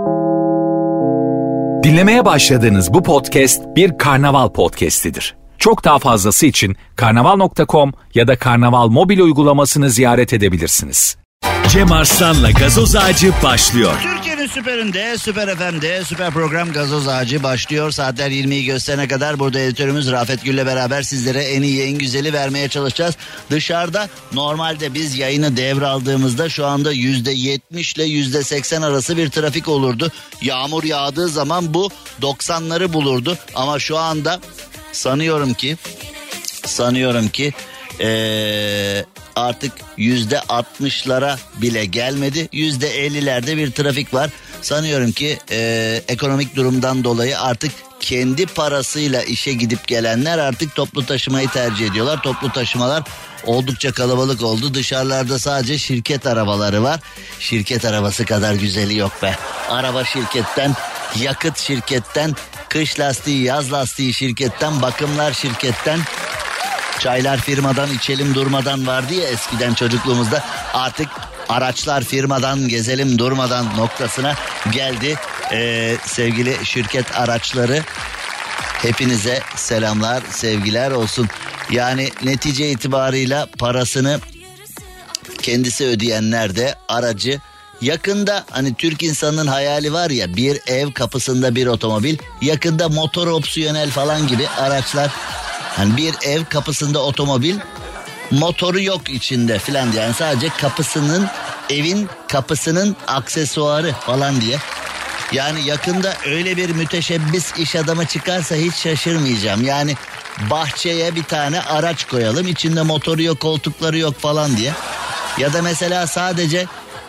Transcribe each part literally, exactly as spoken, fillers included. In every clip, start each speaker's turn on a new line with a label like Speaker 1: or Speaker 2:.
Speaker 1: Dinlemeye başladığınız bu podcast bir karnaval podcastidir. Çok daha fazlası için karnaval nokta com ya da karnaval mobil uygulamasını ziyaret edebilirsiniz.
Speaker 2: Cem Arslan'la Gazoz Ağacı başlıyor.
Speaker 3: Türkiye'nin süperinde, Süper F M'de süper program Gazoz Ağacı başlıyor. Saatler yirmiyi gösterene kadar burada editörümüz Rafet Gül'le beraber sizlere en iyi, en güzeli vermeye çalışacağız. Dışarıda normalde biz yayını devraldığımızda şu anda yüzde yetmiş ile yüzde seksen arası bir trafik olurdu. Yağmur yağdığı zaman bu doksanları bulurdu. Ama şu anda sanıyorum ki, sanıyorum ki... Ee, artık yüzde altmışlara bile gelmedi. Yüzde ellilerde bir trafik var. Sanıyorum ki e, ekonomik durumdan dolayı artık kendi parasıyla işe gidip gelenler artık toplu taşımayı tercih ediyorlar. Toplu taşımalar oldukça kalabalık oldu. Dışarılarda sadece şirket arabaları var. Şirket arabası kadar güzeli yok be. Araba şirketten, yakıt şirketten, kış lastiği, yaz lastiği şirketten, bakımlar şirketten... Çaylar firmadan, içelim durmadan vardı ya eskiden çocukluğumuzda. Artık araçlar firmadan, gezelim durmadan noktasına geldi. Ee, sevgili şirket araçları, hepinize selamlar, sevgiler olsun. Yani netice itibarıyla parasını kendisi ödeyenler de aracı... Yakında hani Türk insanının hayali var ya, bir ev kapısında bir otomobil. Yakında motor opsiyonel falan gibi araçlar... Hani bir ev kapısında otomobil, motoru yok içinde filan diye. Yani sadece kapısının, evin kapısının aksesuarı falan diye. Yani yakında öyle bir müteşebbis iş adamı çıkarsa hiç şaşırmayacağım. Yani bahçeye bir tane araç koyalım, içinde motoru yok, koltukları yok falan diye. Ya da mesela sadece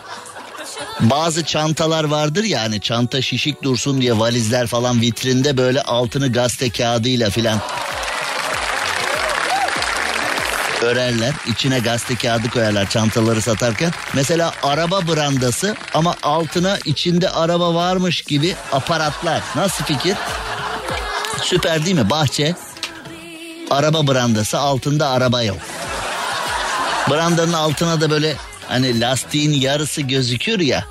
Speaker 3: bazı çantalar vardır ya, hani çanta şişik dursun diye valizler falan vitrinde böyle altını gazete kağıdıyla filan örerler, içine gazete kağıdı koyarlar çantaları satarken. Mesela araba brandası ama altına içinde araba varmış gibi aparatlar. Nasıl fikir? Süper değil mi? Bahçe, araba brandası, altında araba yok. Brandanın altına da böyle hani lastiğin yarısı gözüküyor ya.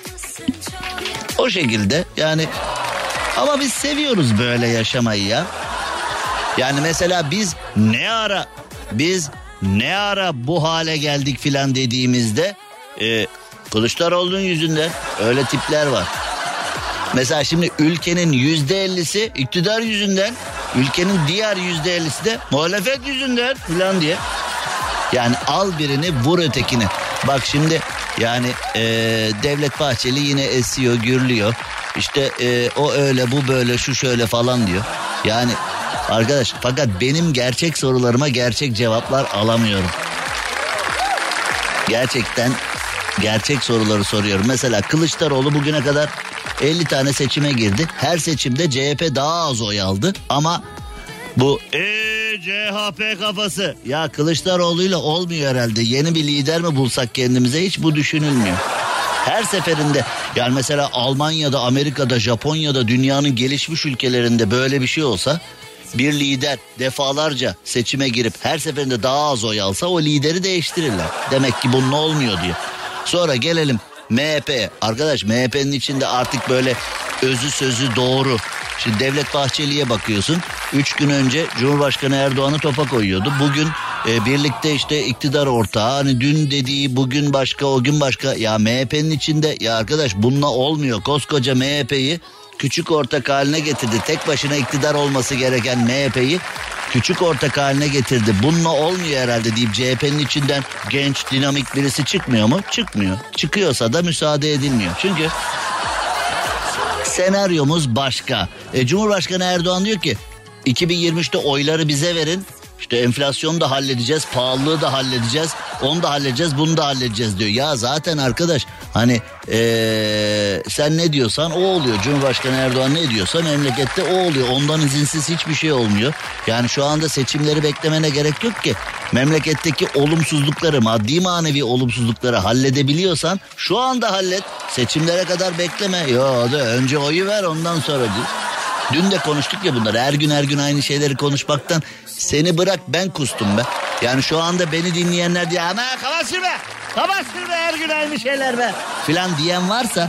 Speaker 3: O şekilde yani. Ama biz seviyoruz böyle yaşamayı ya. Yani mesela biz ne ara biz ne ara bu hale geldik filan dediğimizde e, Kılıçdaroğlu'nun yüzünden öyle tipler var. Mesela şimdi ülkenin yüzde ellisi iktidar yüzünden, ülkenin diğer yüzde ellisi de muhalefet yüzünden filan diye. Yani al birini vur ötekini. Bak şimdi yani e, Devlet Bahçeli yine esiyor, gürlüyor. İşte e, o öyle, bu böyle, şu şöyle falan diyor. Yani arkadaş, fakat benim gerçek sorularıma gerçek cevaplar alamıyorum. Gerçekten gerçek soruları soruyorum. Mesela Kılıçdaroğlu bugüne kadar elli tane seçime girdi. Her seçimde C H P daha az oy aldı. Ama bu eee C H P kafası. Ya Kılıçdaroğlu'yla olmuyor herhalde. Yeni bir lider mi bulsak kendimize, hiç bu düşünülmüyor. Her seferinde yani mesela Almanya'da, Amerika'da, Japonya'da, dünyanın gelişmiş ülkelerinde böyle bir şey olsa, bir lider defalarca seçime girip her seferinde daha az oy alsa o lideri değiştirirler. Demek ki bunun olmuyor diyor. Sonra gelelim M H P. Arkadaş, M H P'nin içinde artık böyle özü sözü doğru. Şimdi Devlet Bahçeli'ye bakıyorsun. Üç gün önce Cumhurbaşkanı Erdoğan'ı topa koyuyordu. Bugün e, birlikte işte iktidar ortağı. Hani dün dediği bugün başka, o gün başka. Ya M H P'nin içinde, ya arkadaş bununla olmuyor. Koskoca M H P'yi küçük ortak haline getirdi. Tek başına iktidar olması gereken M H P'yi küçük ortak haline getirdi. Bununla olmuyor herhalde deyip C H P'nin içinden genç, dinamik birisi çıkmıyor mu? Çıkmıyor. Çıkıyorsa da müsaade edilmiyor. Çünkü senaryomuz başka. E, Cumhurbaşkanı Erdoğan diyor ki iki bin yirmi üçte oyları bize verin. İşte enflasyonu da halledeceğiz, pahalılığı da halledeceğiz, onu da halledeceğiz, bunu da halledeceğiz diyor. Ya zaten arkadaş hani ee, sen ne diyorsan o oluyor. Cumhurbaşkanı Erdoğan ne diyorsa memlekette o oluyor. Ondan izinsiz hiçbir şey olmuyor. Yani şu anda seçimleri beklemene gerek yok ki. Memleketteki olumsuzlukları, maddi manevi olumsuzlukları halledebiliyorsan şu anda hallet. Seçimlere kadar bekleme. Yo, de önce oyu ver, ondan sonra diyor. Dün de konuştuk ya bunları. Her gün her gün aynı şeyleri konuşmaktan seni bırak ben kustum be. Yani şu anda beni dinleyenler diye ama kapat sürme, kapat sürme, her gün aynı şeyler be filan diyen varsa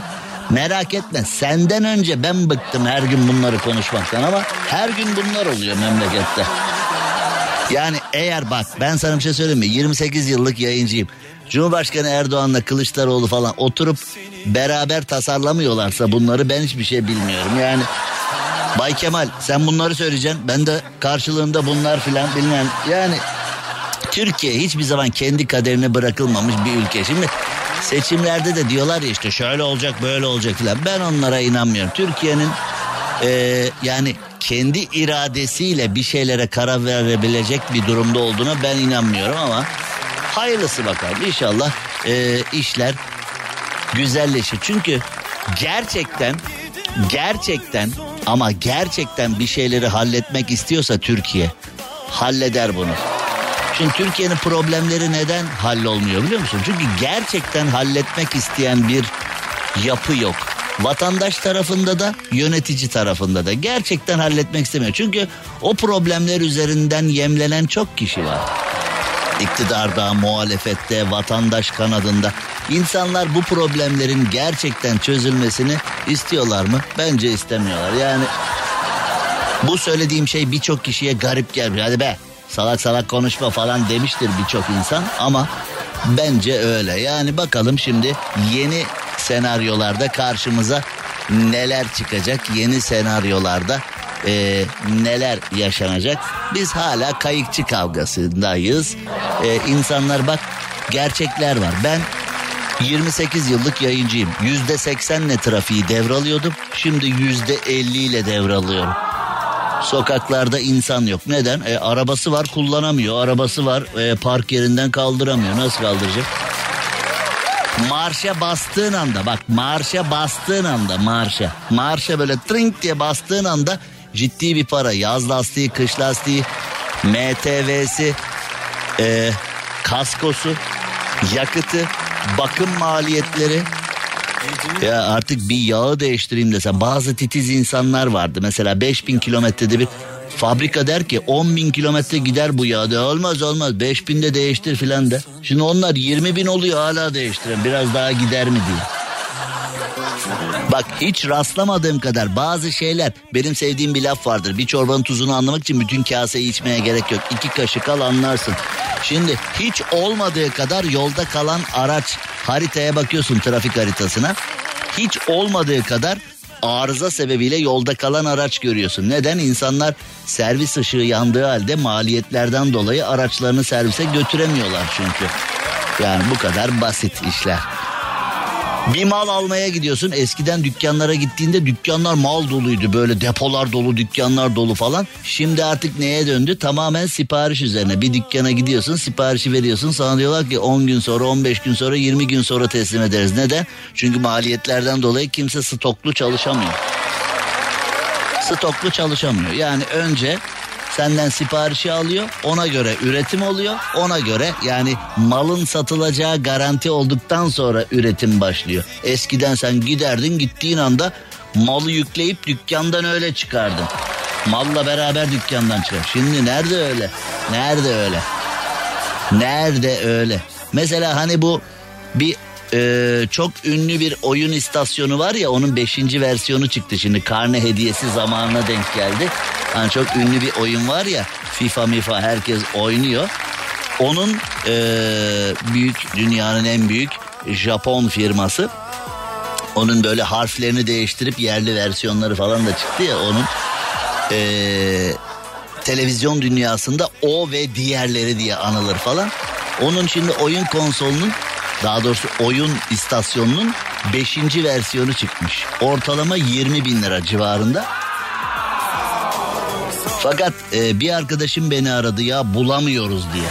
Speaker 3: Merak etme, senden önce ben bıktım her gün bunları konuşmaktan ama her gün bunlar oluyor memlekette. Yani eğer bak ben sana bir şey söyleyeyim mi? yirmi sekiz yıllık yayıncıyım. Cumhurbaşkanı Erdoğan'la Kılıçdaroğlu falan oturup beraber tasarlamıyorlarsa bunları ben hiçbir şey bilmiyorum. Yani Bay Kemal sen bunları söyleyeceksin, ben de karşılığında bunlar filan bilmem. Yani Türkiye hiçbir zaman kendi kaderine bırakılmamış bir ülke. Şimdi seçimlerde de diyorlar ya işte şöyle olacak böyle olacak filan. Ben onlara inanmıyorum. Türkiye'nin e, yani kendi iradesiyle bir şeylere karar verebilecek bir durumda olduğuna ben inanmıyorum ama hayırlısı bakalım. İnşallah e, işler güzelleşir. Çünkü gerçekten gerçekten ama gerçekten bir şeyleri halletmek istiyorsa Türkiye halleder bunu. Şimdi Türkiye'nin problemleri neden hallolmuyor biliyor musun? Çünkü gerçekten halletmek isteyen bir yapı yok. Vatandaş tarafında da yönetici tarafında da gerçekten halletmek istemiyor. Çünkü o problemler üzerinden yemlenen çok kişi var. İktidarda, muhalefette, vatandaş kanadında. İnsanlar bu problemlerin gerçekten çözülmesini istiyorlar mı? Bence istemiyorlar. Yani bu söylediğim şey birçok kişiye garip gelmiyor. Hadi be salak salak konuşma falan demiştir birçok insan ama bence öyle. Yani bakalım şimdi yeni senaryolarda karşımıza neler çıkacak, yeni senaryolarda e, neler yaşanacak. Biz hala kayıkçı kavgasındayız. E, insanlar bak gerçekler var. Ben yirmi sekiz yıllık yayıncıyım. yüzde seksenle trafiği devralıyordum. Şimdi yüzde elli ile devralıyorum. Sokaklarda insan yok. Neden? E, arabası var kullanamıyor. Arabası var e, park yerinden kaldıramıyor. Nasıl kaldıracak? Marşa bastığın anda bak marşa bastığın anda marşa. Marşa böyle trink diye bastığın anda ciddi bir para. Yaz lastiği, kış lastiği, M T V'si, e, kaskosu, yakıtı, bakım maliyetleri. Ya artık bir yağı değiştireyim desem bazı titiz insanlar vardı. Mesela beş bin kilometrede bir fabrika der ki on bin kilometre gider bu yağ. De olmaz olmaz beş binde değiştir filan de. Şimdi onlar yirmi bin oluyor hala değiştiren biraz daha gider mi diye. Bak hiç rastlamadığım kadar bazı şeyler, benim sevdiğim bir laf vardır. Bir çorbanın tuzunu anlamak için bütün kaseyi içmeye gerek yok. İki kaşık al anlarsın. Şimdi hiç olmadığı kadar yolda kalan araç, haritaya bakıyorsun trafik haritasına. Hiç olmadığı kadar arıza sebebiyle yolda kalan araç görüyorsun. Neden? İnsanlar servis ışığı yandığı halde maliyetlerden dolayı araçlarını servise götüremiyorlar çünkü. Yani bu kadar basit işler. Bir mal almaya gidiyorsun. Eskiden dükkanlara gittiğinde dükkanlar mal doluydu. Böyle depolar dolu, dükkanlar dolu falan. Şimdi artık neye döndü? Tamamen sipariş üzerine. Bir dükkana gidiyorsun, siparişi veriyorsun. Sana diyorlar ki on gün sonra, on beş gün sonra, yirmi gün sonra teslim ederiz. Neden? Çünkü maliyetlerden dolayı kimse stoklu çalışamıyor. Stoklu çalışamıyor. Yani önce senden siparişi alıyor, ona göre üretim oluyor, ona göre yani malın satılacağı garanti olduktan sonra üretim başlıyor. Eskiden sen giderdin, gittiğin anda malı yükleyip dükkandan öyle çıkardın. Malla beraber dükkandan çıkar. Şimdi nerede öyle? Nerede öyle? Nerede öyle? Mesela hani bu bir e, çok ünlü bir oyun istasyonu var ya, onun beşinci versiyonu çıktı şimdi, karne hediyesi zamanına denk geldi. Yani çok ünlü bir oyun var ya, FIFA mifa herkes oynuyor. Onun e, büyük, dünyanın en büyük Japon firması. Onun böyle harflerini değiştirip yerli versiyonları falan da çıktı ya onun. E, televizyon dünyasında o ve diğerleri diye anılır falan. Onun şimdi oyun konsolunun, daha doğrusu oyun istasyonunun beşinci versiyonu çıkmış. Ortalama yirmi bin lira civarında. Fakat e, bir arkadaşım beni aradı ya, bulamıyoruz diye.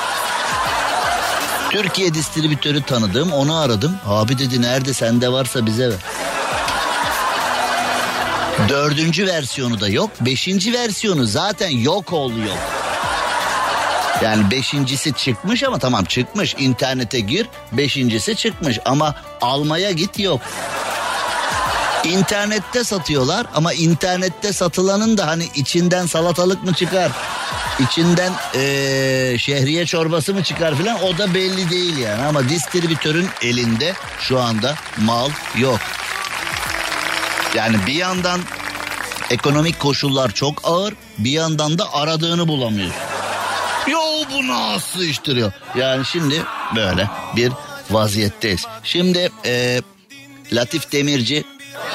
Speaker 3: Türkiye distribütörü tanıdığım, onu aradım. Abi dedi nerede, sende varsa bize ver. Dördüncü versiyonu da yok. Beşinci versiyonu zaten yok oluyor. Yani beşincisi çıkmış ama tamam çıkmış. İnternete gir, beşincisi çıkmış ama almaya git yok. İnternette satıyorlar ama internette satılanın da hani içinden salatalık mı çıkar, içinden ee, şehriye çorbası mı çıkar filan, o da belli değil yani. Ama distribütörün elinde şu anda mal yok. Yani bir yandan ekonomik koşullar çok ağır, bir yandan da aradığını bulamıyor. Yo bu nasıl iştiriyor? Yani şimdi böyle bir vaziyetteyiz. Şimdi e, Latif Demirci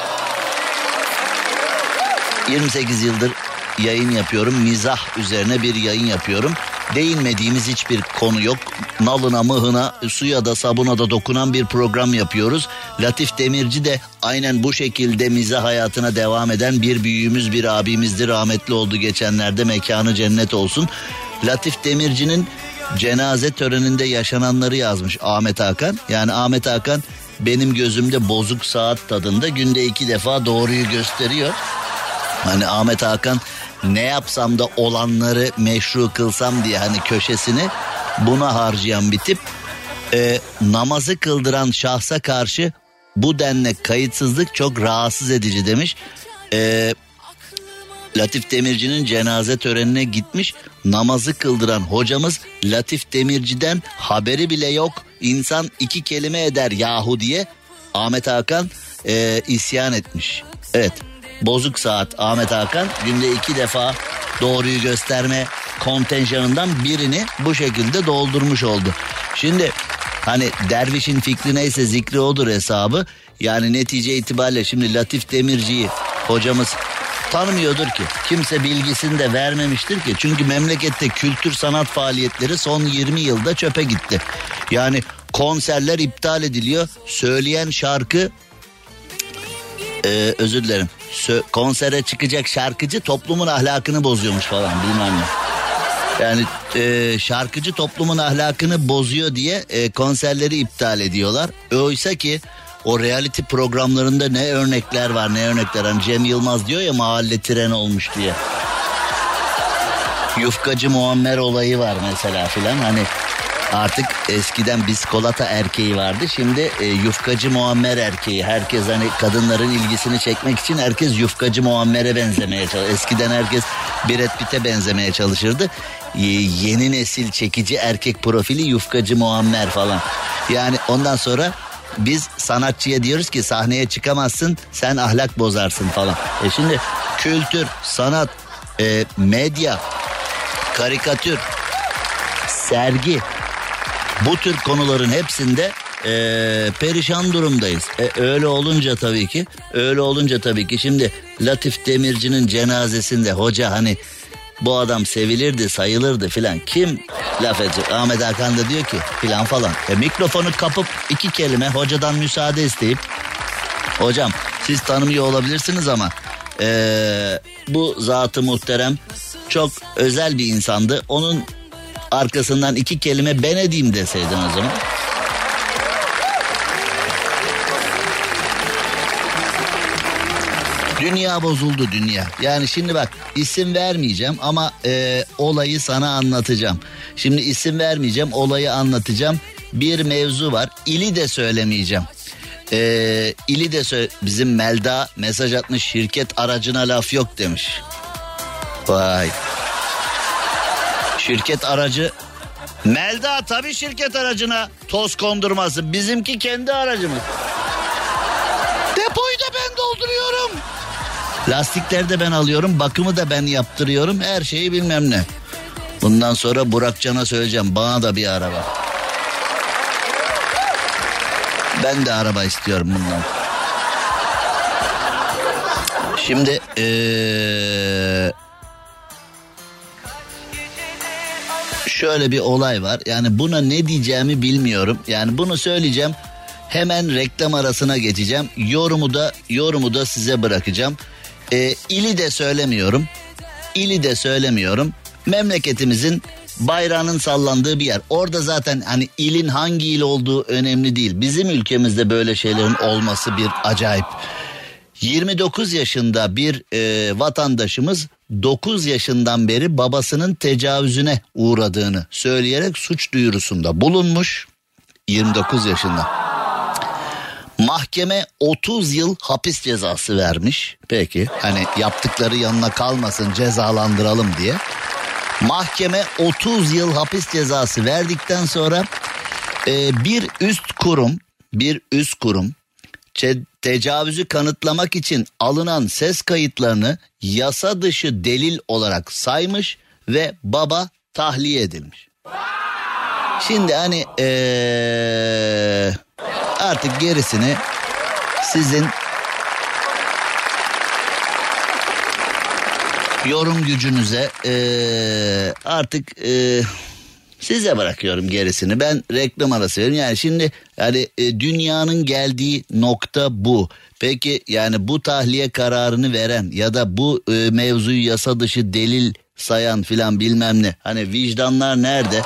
Speaker 3: yirmi sekiz yıldır yayın yapıyorum. Mizah üzerine bir yayın yapıyorum. Değinmediğimiz hiçbir konu yok. Nalına mıhına suya da sabuna da dokunan bir program yapıyoruz. Latif Demirci de aynen bu şekilde mizah hayatına devam eden bir büyüğümüz, bir abimizdi. Rahmetli oldu geçenlerde, mekanı cennet olsun. Latif Demirci'nin cenaze töreninde yaşananları yazmış Ahmet Hakan. Yani Ahmet Hakan benim gözümde bozuk saat tadında, günde iki defa doğruyu gösteriyor. Hani Ahmet Hakan ne yapsam da olanları meşru kılsam diye hani köşesini buna harcayan bir tip. Ee, namazı kıldıran şahsa karşı bu denli kayıtsızlık çok rahatsız edici demiş. Ee, Latif Demirci'nin cenaze törenine gitmiş, namazı kıldıran hocamız Latif Demirci'den haberi bile yok. İnsan iki kelime eder yahu diye Ahmet Hakan e, isyan etmiş. Evet, bozuk saat Ahmet Hakan günde iki defa doğruyu gösterme kontenjanından birini bu şekilde doldurmuş oldu. Şimdi hani dervişin fikri neyse zikri odur hesabı. Yani netice itibariyle şimdi Latif Demirci'yi hocamız tanımıyordur ki. Kimse bilgisini de vermemiştir ki. Çünkü memlekette kültür sanat faaliyetleri son yirmi yılda çöpe gitti. Yani konserler iptal ediliyor. Söyleyen şarkı Ee, özür dilerim. Sö- konsere çıkacak şarkıcı toplumun ahlakını bozuyormuş falan, bilmem ne. Yani e, şarkıcı toplumun ahlakını bozuyor diye e, konserleri iptal ediyorlar. Oysa ki o reality programlarında ne örnekler var, ne örnekler. Hani Cem Yılmaz diyor ya, mahalle tren olmuş diye. Yufkacı Muammer olayı var mesela filan. Hani artık eskiden biskolata erkeği vardı. Şimdi e, yufkacı Muammer erkeği. Herkes hani kadınların ilgisini çekmek için herkes yufkacı Muammer'e benzemeye çalışır. Eskiden herkes Brad Pitt'e benzemeye çalışırdı. E, yeni nesil çekici erkek profili yufkacı Muammer falan. Yani ondan sonra biz sanatçıya diyoruz ki sahneye çıkamazsın, sen ahlak bozarsın falan. E şimdi kültür, sanat, e, medya, karikatür, sergi, bu tür konuların hepsinde e, perişan durumdayız. E, öyle olunca tabii ki, öyle olunca tabii ki şimdi Latif Demirci'nin cenazesinde hoca hani bu adam sevilirdi, sayılırdı filan. Kim laf edecek? Ahmet Hakan da diyor ki filan falan. E, mikrofonu kapıp iki kelime hocadan müsaade isteyip, hocam siz tanımıyor olabilirsiniz ama e, bu zat-ı muhterem çok özel bir insandı. Onun arkasından iki kelime ben edeyim deseydin o zaman. Dünya bozuldu, dünya. Yani şimdi bak, isim vermeyeceğim ama e, olayı sana anlatacağım. Şimdi isim vermeyeceğim, olayı anlatacağım. Bir mevzu var. İli de söylemeyeceğim. E, ili de söyle. Bizim Melda mesaj atmış, şirket aracına laf yok demiş. Vay. Şirket aracı. Melda tabii şirket aracına toz kondurması. Bizimki kendi aracımız. Depoyu da ben dolduruyorum. Lastikleri de ben alıyorum. Bakımı da ben yaptırıyorum. Her şeyi bilmem ne. Bundan sonra Burakcan'a söyleyeceğim. Bana da bir araba. Ben de araba istiyorum bundan. Şimdi ee... şöyle bir olay var. Yani buna ne diyeceğimi bilmiyorum. Yani bunu söyleyeceğim. Hemen reklam arasına geçeceğim. Yorumu da yorumu da size bırakacağım. Ee, ili de söylemiyorum. İli de söylemiyorum. Memleketimizin bayrağının sallandığı bir yer. Orada zaten hani ilin hangi il olduğu önemli değil. Bizim ülkemizde böyle şeylerin olması bir acayip. yirmi dokuz yaşında bir e, vatandaşımız dokuz yaşından beri babasının tecavüzüne uğradığını söyleyerek suç duyurusunda bulunmuş. yirmi dokuz yaşında. Mahkeme otuz yıl hapis cezası vermiş. Peki hani yaptıkları yanına kalmasın, cezalandıralım diye. Mahkeme otuz yıl hapis cezası verdikten sonra e, bir üst kurum, bir üst kurum Te- tecavüzü kanıtlamak için alınan ses kayıtlarını yasa dışı delil olarak saymış ve baba tahliye edilmiş. Şimdi hani ee, artık gerisini sizin yorum gücünüze ee, artık ee, size bırakıyorum gerisini. Ben reklam arası veriyorum. Yani şimdi yani e, dünyanın geldiği nokta bu. Peki yani bu tahliye kararını veren ya da bu e, mevzuyu yasa dışı delil sayan filan bilmem ne. Hani vicdanlar nerede?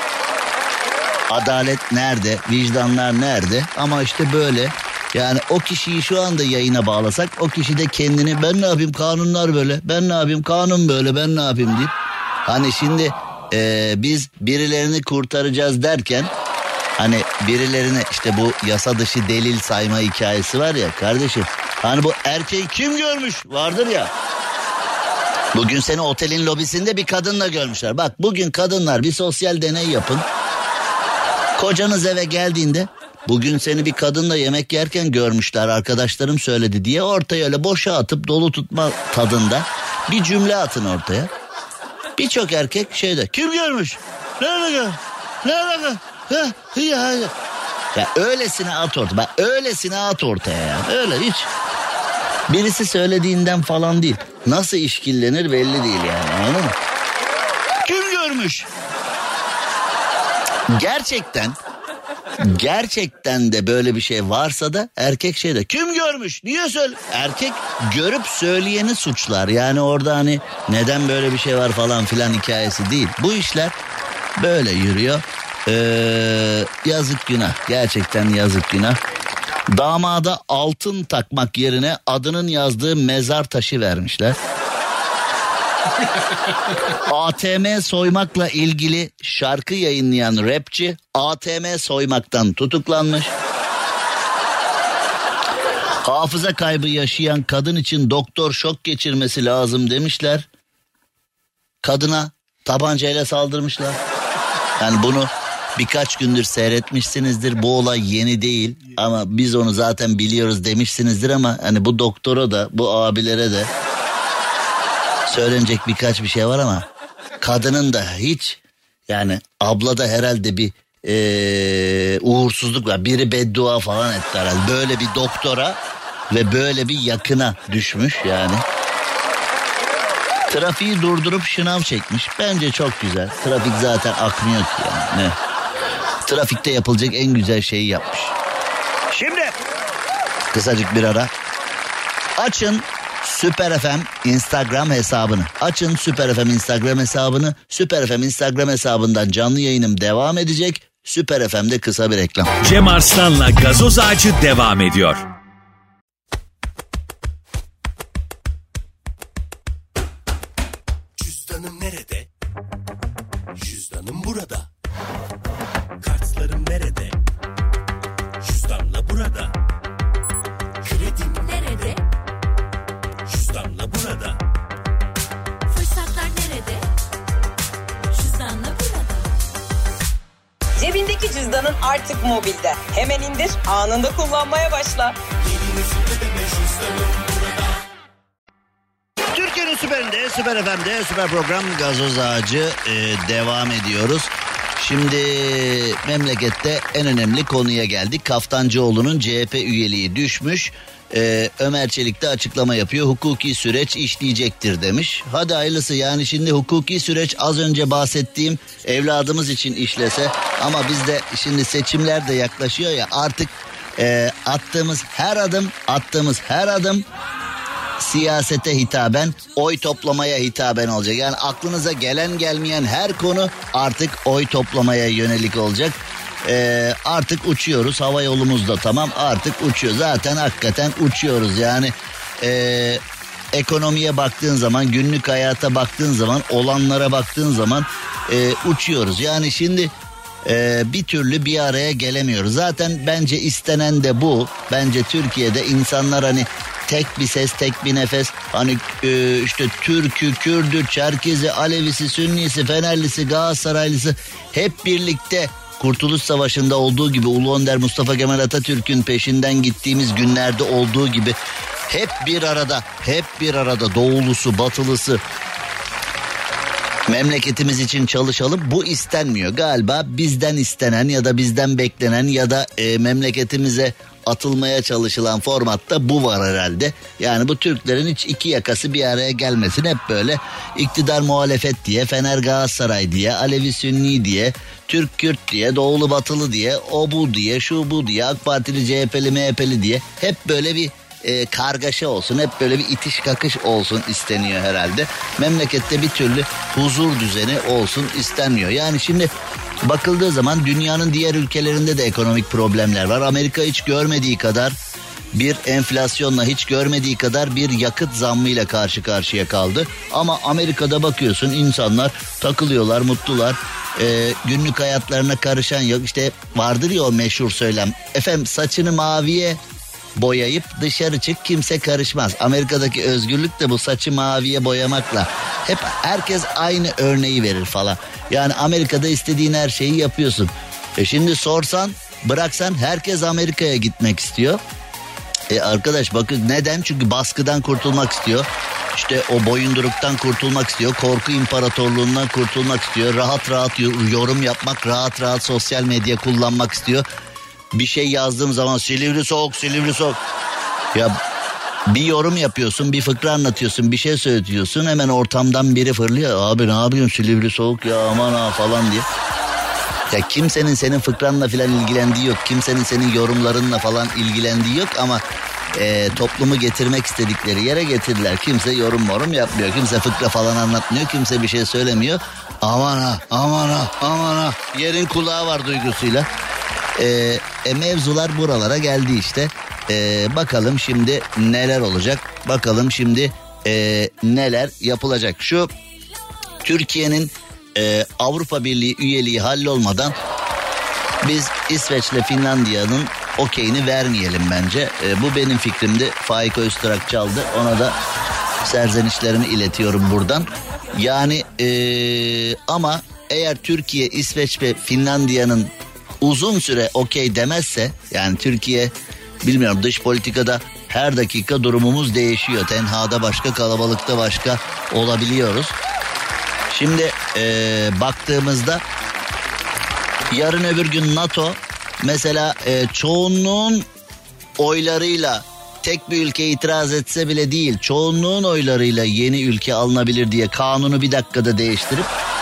Speaker 3: Adalet nerede? Vicdanlar nerede? Ama işte böyle. Yani o kişiyi şu anda yayına bağlasak o kişi de kendini ben ne yapayım kanunlar böyle, ben ne yapayım kanun böyle, ben ne yapayım deyip hani şimdi e, biz birilerini kurtaracağız derken hani birilerini işte bu yasa dışı delil sayma hikayesi var ya kardeşim, hani bu erkeği kim görmüş vardır ya. Bugün seni otelin lobisinde bir kadınla görmüşler. Bak bugün kadınlar bir sosyal deney yapın. Kocanız eve geldiğinde bugün seni bir kadınla yemek yerken görmüşler, arkadaşlarım söyledi diye ortaya öyle boşa atıp dolu tutma tadında bir cümle atın ortaya. Birçok erkek şeyde kim görmüş? Nerede gör? Nerede gör? Ha, ya, ya. Ya öylesine at ortaya. Bak öylesine at ortaya ya. Öyle hiç. Birisi söylediğinden falan değil. Nasıl işkillenir belli değil yani, anladın mı? Kim görmüş? Gerçekten gerçekten de böyle bir şey varsa da erkek şeyde kim görmüş? Niye söyle? Erkek görüp söyleyeni suçlar. Yani orada hani neden böyle bir şey var falan filan hikayesi değil. Bu işler böyle yürüyor. Ee, yazık günah. Gerçekten yazık günah. Damada altın takmak yerine adının yazdığı mezar taşı vermişler. A T M soymakla ilgili şarkı yayınlayan rapçi A T M soymaktan tutuklanmış. Hafıza kaybı yaşayan kadın için doktor şok geçirmesi lazım demişler. Kadına tabancayla saldırmışlar. Yani bunu birkaç gündür seyretmişsinizdir. Bu olay yeni değil ama biz onu zaten biliyoruz demişsinizdir ama hani bu doktora da bu abilere de söylenecek birkaç bir şey var ama kadının da hiç yani ablada herhalde bir ee, uğursuzluk var. Biri beddua falan etti herhalde. Böyle bir doktora ve böyle bir yakına düşmüş yani. Trafiği durdurup şınav çekmiş. Bence çok güzel. Trafik zaten akmıyor ki yani. Ne? Trafikte yapılacak en güzel şeyi yapmış. Şimdi kısacık bir ara. Açın Süper F M Instagram hesabını. Açın Süper F M Instagram hesabını. Süper F M Instagram hesabından canlı yayınım devam edecek. Süper F M'de kısa bir reklam.
Speaker 2: Cem Arslan'la Gazoz Ağacı devam ediyor.
Speaker 4: Cüzdanım nerede? Cüzdanım burada. Kartlarım nerede? Cüzdanla burada. Kredim nerede? Cüzdanla burada.
Speaker 5: Fırsatlar nerede? Cüzdanla burada.
Speaker 6: Cebindeki cüzdanın artık mobilde. Hemen indir, anında kullanmaya başla.
Speaker 3: Türkiye'nin süperinde, Süper F M'de, süper program Gazoz Ağacı e, devam ediyoruz. Şimdi memlekette en önemli konuya geldik. Kaftancıoğlu'nun C H P üyeliği düşmüş. Ee, Ömer Çelik de açıklama yapıyor. Hukuki süreç işleyecektir demiş. Hadi hayırlısı, yani şimdi hukuki süreç az önce bahsettiğim evladımız için işlese, ama biz de şimdi seçimler de yaklaşıyor ya, artık e, attığımız her adım attığımız her adım siyasete hitaben, oy toplamaya hitaben olacak. Yani aklınıza gelen gelmeyen her konu artık oy toplamaya yönelik olacak. Ee, artık uçuyoruz, hava yolumuz da tamam, artık uçuyor. Zaten hakikaten uçuyoruz yani. Ee, ekonomiye baktığın zaman, günlük hayata baktığın zaman, olanlara baktığın zaman e, uçuyoruz. Yani şimdi e, bir türlü bir araya gelemiyoruz. Zaten bence istenen de bu. Bence Türkiye'de insanlar hani tek bir ses, tek bir nefes, hani e, işte Türk'ü, Kürd'ü, Çerkez'i, Alevisi, Sünnisi, Fenerlisi, Galatasaraylısı hep birlikte Kurtuluş Savaşı'nda olduğu gibi, Ulu Önder Mustafa Kemal Atatürk'ün peşinden gittiğimiz günlerde olduğu gibi hep bir arada, hep bir arada doğulusu, batılısı memleketimiz için çalışalım. Bu istenmiyor. Galiba bizden istenen ya da bizden beklenen ya da e, memleketimize atılmaya çalışılan formatta bu var herhalde. Yani bu Türklerin hiç iki yakası bir araya gelmesin. Hep böyle iktidar muhalefet diye, Fener Galatasaray diye, Alevi Sünni diye, Türk Kürt diye, Doğulu Batılı diye, o bu diye, şu bu diye, AK Partili, C H P'li, M H P'li diye hep böyle bir e, kargaşa olsun, hep böyle bir itiş kakış olsun isteniyor herhalde. Memlekette bir türlü huzur düzeni olsun istenmiyor. Yani şimdi bakıldığı zaman dünyanın diğer ülkelerinde de ekonomik problemler var. Amerika hiç görmediği kadar bir enflasyonla, hiç görmediği kadar bir yakıt zammıyla karşı karşıya kaldı. Ama Amerika'da bakıyorsun insanlar takılıyorlar, mutlular. Ee, günlük hayatlarına karışan yok. İşte vardır ya o meşhur söylem. Efendim saçını maviye boyayıp dışarı çık, kimse karışmaz. Amerika'daki özgürlük de bu saçı maviye boyamakla. Hep herkes aynı örneği verir falan. Yani Amerika'da istediğin her şeyi yapıyorsun. E şimdi sorsan, bıraksan herkes Amerika'ya gitmek istiyor. E arkadaş bakın neden? Çünkü baskıdan kurtulmak istiyor. İşte o boyunduruktan kurtulmak istiyor. Korku imparatorluğundan kurtulmak istiyor. Rahat rahat yorum yapmak, rahat rahat sosyal medya kullanmak istiyor. Bir şey yazdığım zaman Silivri soğuk, Silivri soğuk. Ya bir yorum yapıyorsun, bir fıkra anlatıyorsun, bir şey söylüyorsun, hemen ortamdan biri fırlıyor. Abi ne yapıyorsun, Silivri soğuk ya, aman ha falan diye. Ya kimsenin senin fıkranla falan ilgilendiği yok. Kimsenin senin yorumlarınla falan ilgilendiği yok ama e, toplumu getirmek istedikleri yere getirdiler. Kimse yorum morum yapmıyor. Kimse fıkra falan anlatmıyor. Kimse bir şey söylemiyor. Aman ha, aman ha, aman ha. Yerin kulağı var duygusuyla. E, e, mevzular buralara geldi işte. E, bakalım şimdi neler olacak. Bakalım şimdi e, neler yapılacak. Şu Türkiye'nin e, Avrupa Birliği üyeliği hallolmadan biz İsveç'le Finlandiya'nın okeyini vermeyelim bence. E, bu benim fikrimdi. Faik Öztürk çaldı. Ona da serzenişlerimi iletiyorum buradan. Yani e, ama eğer Türkiye, İsveç ve Finlandiya'nın uzun süre okey demezse, yani Türkiye bilmiyorum, dış politikada her dakika durumumuz değişiyor. Tenhada başka, kalabalıkta başka olabiliyoruz. Şimdi e, baktığımızda yarın öbür gün NATO mesela e, çoğunluğun oylarıyla tek bir ülke itiraz etse bile değil, çoğunluğun oylarıyla yeni ülke alınabilir diye kanunu bir dakikada değiştirip,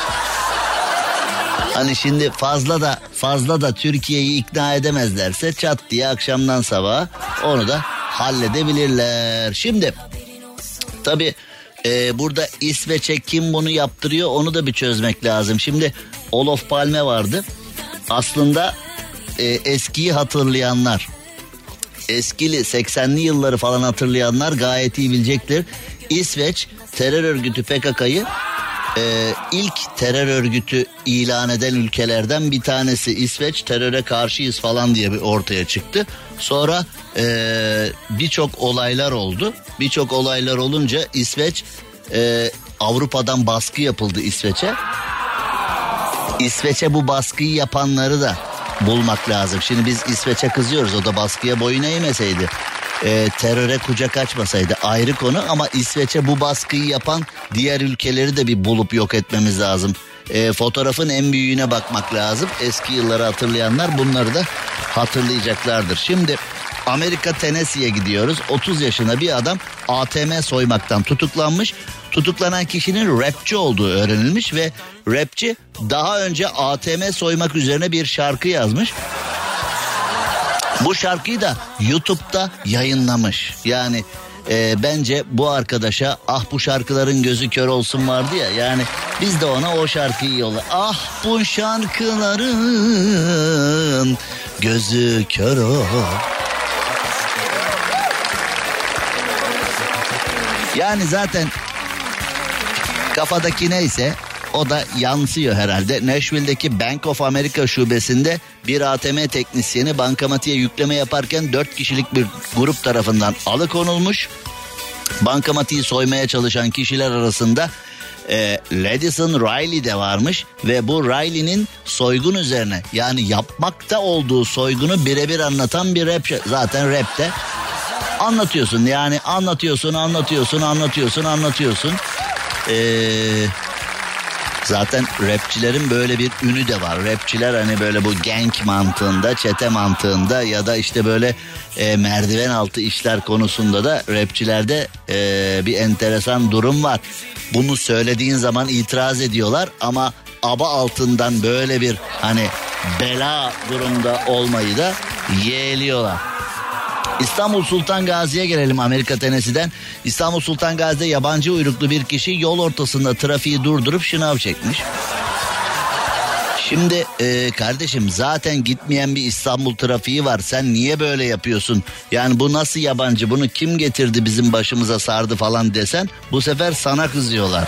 Speaker 3: hani şimdi fazla da fazla da Türkiye'yi ikna edemezlerse çat diye akşamdan sabaha onu da halledebilirler. Şimdi tabii e, burada İsveç'e kim bunu yaptırıyor onu da bir çözmek lazım. Şimdi Olof Palme vardı. Aslında e, eskiyi hatırlayanlar, eskili seksenli yılları falan hatırlayanlar gayet iyi bilecektir. İsveç terör örgütü P K K'yı Ee, ilk terör örgütü ilan eden ülkelerden bir tanesi. İsveç teröre karşıyız falan diye bir ortaya çıktı. Sonra ee, birçok olaylar oldu. Birçok olaylar olunca İsveç ee, Avrupa'dan baskı yapıldı İsveç'e. İsveç'e bu baskıyı yapanları da bulmak lazım. Şimdi biz İsveç'e kızıyoruz, o da baskıya boyun eğmeseydi, e, teröre kucak açmasaydı ayrı konu, ama İsveç'e bu baskıyı yapan diğer ülkeleri de bir bulup yok etmemiz lazım. E, fotoğrafın en büyüğüne bakmak lazım. Eski yılları hatırlayanlar bunları da hatırlayacaklardır. Şimdi Amerika Tennessee'ye gidiyoruz. otuz yaşında bir adam A T M soymaktan tutuklanmış. Tutuklanan kişinin rapçi olduğu öğrenilmiş ve rapçi daha önce A T M soymak üzerine bir şarkı yazmış. Bu şarkıyı da YouTube'da yayınlamış. Yani e, bence bu arkadaşa ah bu şarkıların gözü kör olsun vardı ya. Yani biz de ona o şarkıyı yolla. Ah bu şarkıların gözü kör ol. Yani zaten kafadaki neyse o da yansıyor herhalde. Nashville'deki Bank of America şubesinde bir A T M teknisyeni bankamatiğe yükleme yaparken dört kişilik bir grup tarafından alıkonulmuş. Bankamatiği soymaya çalışan kişiler arasında e, Ladison Riley de varmış ve bu Riley'nin soygun üzerine, yani yapmakta olduğu soygunu birebir anlatan bir rap. Zaten rapte anlatıyorsun, yani anlatıyorsun anlatıyorsun anlatıyorsun anlatıyorsun. Eee... Zaten rapçilerin böyle bir ünü de var. Rapçiler hani böyle bu gang mantığında, çete mantığında ya da işte böyle e, merdiven altı işler konusunda da rapçilerde e, bir enteresan durum var. Bunu söylediğin zaman itiraz ediyorlar ama aba altından böyle bir hani bela durumda olmayı da yeğliyorlar. İstanbul Sultan Gazi'ye gelelim, Amerika Tennessee'den. İstanbul Sultan Gazi'de yabancı uyruklu bir kişi yol ortasında trafiği durdurup şınav çekmiş. Şimdi e, kardeşim zaten gitmeyen bir İstanbul trafiği var. Sen niye böyle yapıyorsun? Yani bu nasıl yabancı? Bunu kim getirdi bizim başımıza sardı falan desen bu sefer sana kızıyorlar.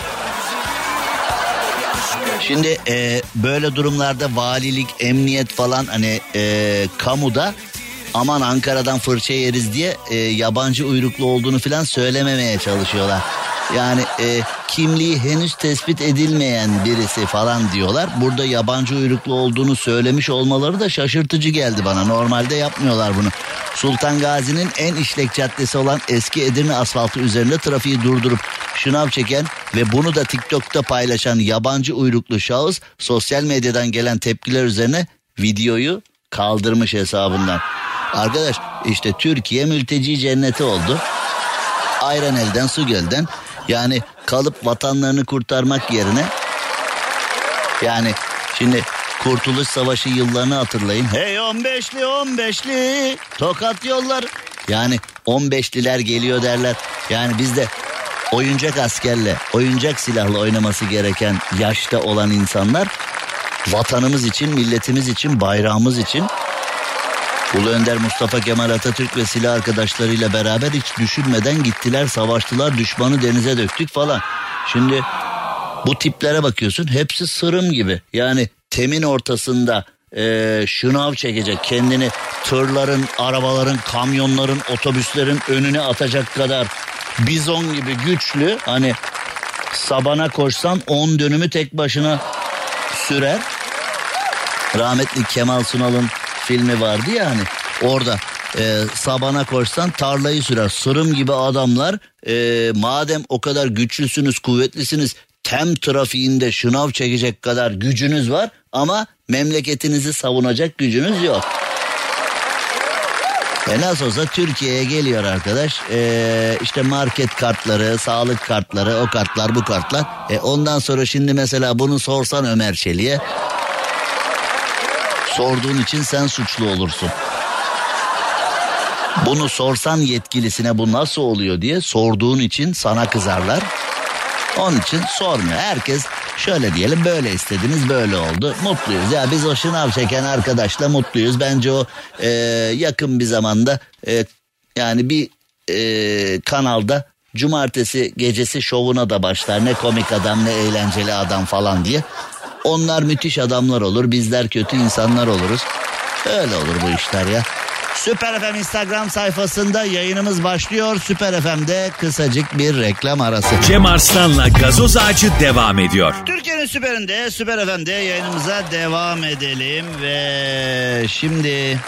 Speaker 3: Şimdi e, böyle durumlarda valilik, emniyet falan hani e, kamuda aman Ankara'dan fırça yeriz diye e, yabancı uyruklu olduğunu falan söylememeye çalışıyorlar. Yani e, kimliği henüz tespit edilmeyen birisi falan diyorlar. Burada yabancı uyruklu olduğunu söylemiş olmaları da şaşırtıcı geldi bana. Normalde yapmıyorlar bunu. Sultan Gazi'nin en işlek caddesi olan eski Edirne asfaltı üzerinde trafiği durdurup şınav çeken ve bunu da TikTok'ta paylaşan yabancı uyruklu şahıs sosyal medyadan gelen tepkiler üzerine videoyu kaldırmış hesabından. Arkadaş işte Türkiye mülteci cenneti oldu. Ayran elden su gölden. Yani kalıp vatanlarını kurtarmak yerine, yani şimdi Kurtuluş Savaşı yıllarını hatırlayın. Hey on beşli on beşli Tokat yollar. Yani on beşliler geliyor derler. Yani biz de oyuncak askerle, oyuncak silahla oynaması gereken yaşta olan insanlar vatanımız için, milletimiz için, bayrağımız için Ulu Önder Mustafa Kemal Atatürk ve silah arkadaşlarıyla beraber hiç düşünmeden gittiler, savaştılar, düşmanı denize döktük falan. Şimdi bu tiplere bakıyorsun, hepsi sırım gibi. Yani temin ortasında e, şınav çekecek, kendini tırların, arabaların, kamyonların, otobüslerin önüne atacak kadar bizon gibi güçlü. Hani sabana koşsan on dönümü tek başına sürer. Rahmetli Kemal Sunal'ın filmi vardı ya hani, orada e, sabana koşsan tarlayı sürer. Sırım gibi adamlar, e, madem o kadar güçlüsünüz, kuvvetlisiniz, tem trafiğinde şınav çekecek kadar gücünüz var ama memleketinizi savunacak gücünüz yok. E nasıl olsa Türkiye'ye geliyor arkadaş, e, işte market kartları, sağlık kartları, o kartlar bu kartlar. E ondan sonra şimdi mesela bunu sorsan Ömer Çelik'e, sorduğun için sen suçlu olursun. Bunu sorsan yetkilisine bu nasıl oluyor diye, sorduğun için sana kızarlar. Onun için sormuyor. Herkes şöyle diyelim, böyle istediniz, böyle oldu, mutluyuz. Ya biz o şınav çeken arkadaşla mutluyuz. Bence o e, yakın bir zamanda e, yani bir e, kanalda cumartesi gecesi şovuna da başlar. Ne komik adam, ne eğlenceli adam falan diye. Onlar müthiş adamlar olur, bizler kötü insanlar oluruz. Öyle olur bu işler ya. Süper F M Instagram sayfasında yayınımız başlıyor. Süper F M'de kısacık bir reklam arası.
Speaker 2: Cem Arslan'la Gazoz Ağacı devam ediyor.
Speaker 3: Türkiye'nin süperinde, Süper F M'de yayınımıza devam edelim ve şimdi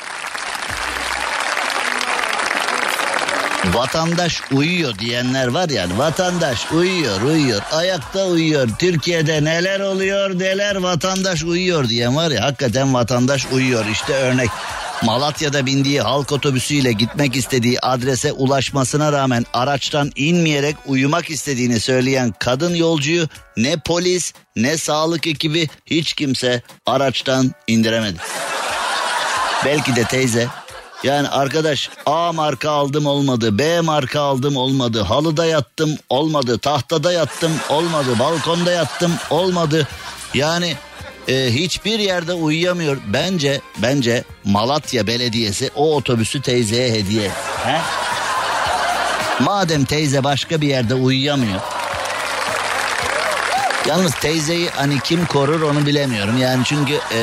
Speaker 3: vatandaş uyuyor diyenler var yani. Vatandaş uyuyor, uyuyor, ayakta uyuyor. Türkiye'de neler oluyor, neler, vatandaş uyuyor diyen var ya. Hakikaten vatandaş uyuyor. İşte örnek. Malatya'da bindiği halk otobüsüyle gitmek istediği adrese ulaşmasına rağmen araçtan inmeyerek uyumak istediğini söyleyen kadın yolcuyu ne polis ne sağlık ekibi, hiç kimse araçtan indiremedi. Belki de teyze, yani arkadaş, A marka aldım olmadı, B marka aldım olmadı, halıda yattım olmadı, tahtada yattım olmadı, balkonda yattım olmadı. Yani e, hiçbir yerde uyuyamıyor. Bence bence Malatya Belediyesi o otobüsü teyzeye hediye. He? Madem teyze başka bir yerde uyuyamıyor. Yalnız teyzeyi hani kim korur onu bilemiyorum. Yani çünkü e,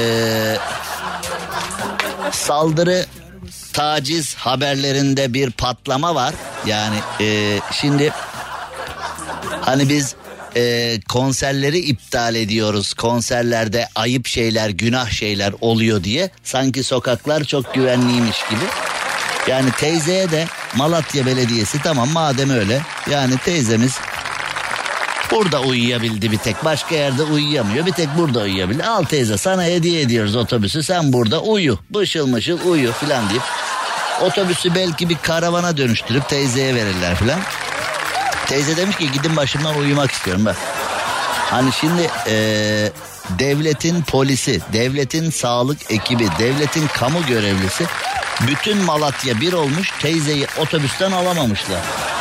Speaker 3: saldırı, taciz haberlerinde bir patlama var. Yani e, şimdi hani biz e, konserleri iptal ediyoruz. Konserlerde ayıp şeyler, günah şeyler oluyor diye. Sanki sokaklar çok güvenliymiş gibi. Yani teyzeye de Malatya Belediyesi tamam madem öyle. Yani teyzemiz burada uyuyabildi bir tek. Başka yerde uyuyamıyor. Bir tek burada uyuyabildi. Al teyze sana hediye ediyoruz otobüsü. Sen burada uyu. Bışıl mışıl uyu filan deyip. Otobüsü belki bir karavana dönüştürüp teyzeye verirler filan. Teyze demiş ki gidin başımdan uyumak istiyorum bak. Hani şimdi ee, devletin polisi, devletin sağlık ekibi, devletin kamu görevlisi bütün Malatya bir olmuş, teyzeyi otobüsten alamamışlar.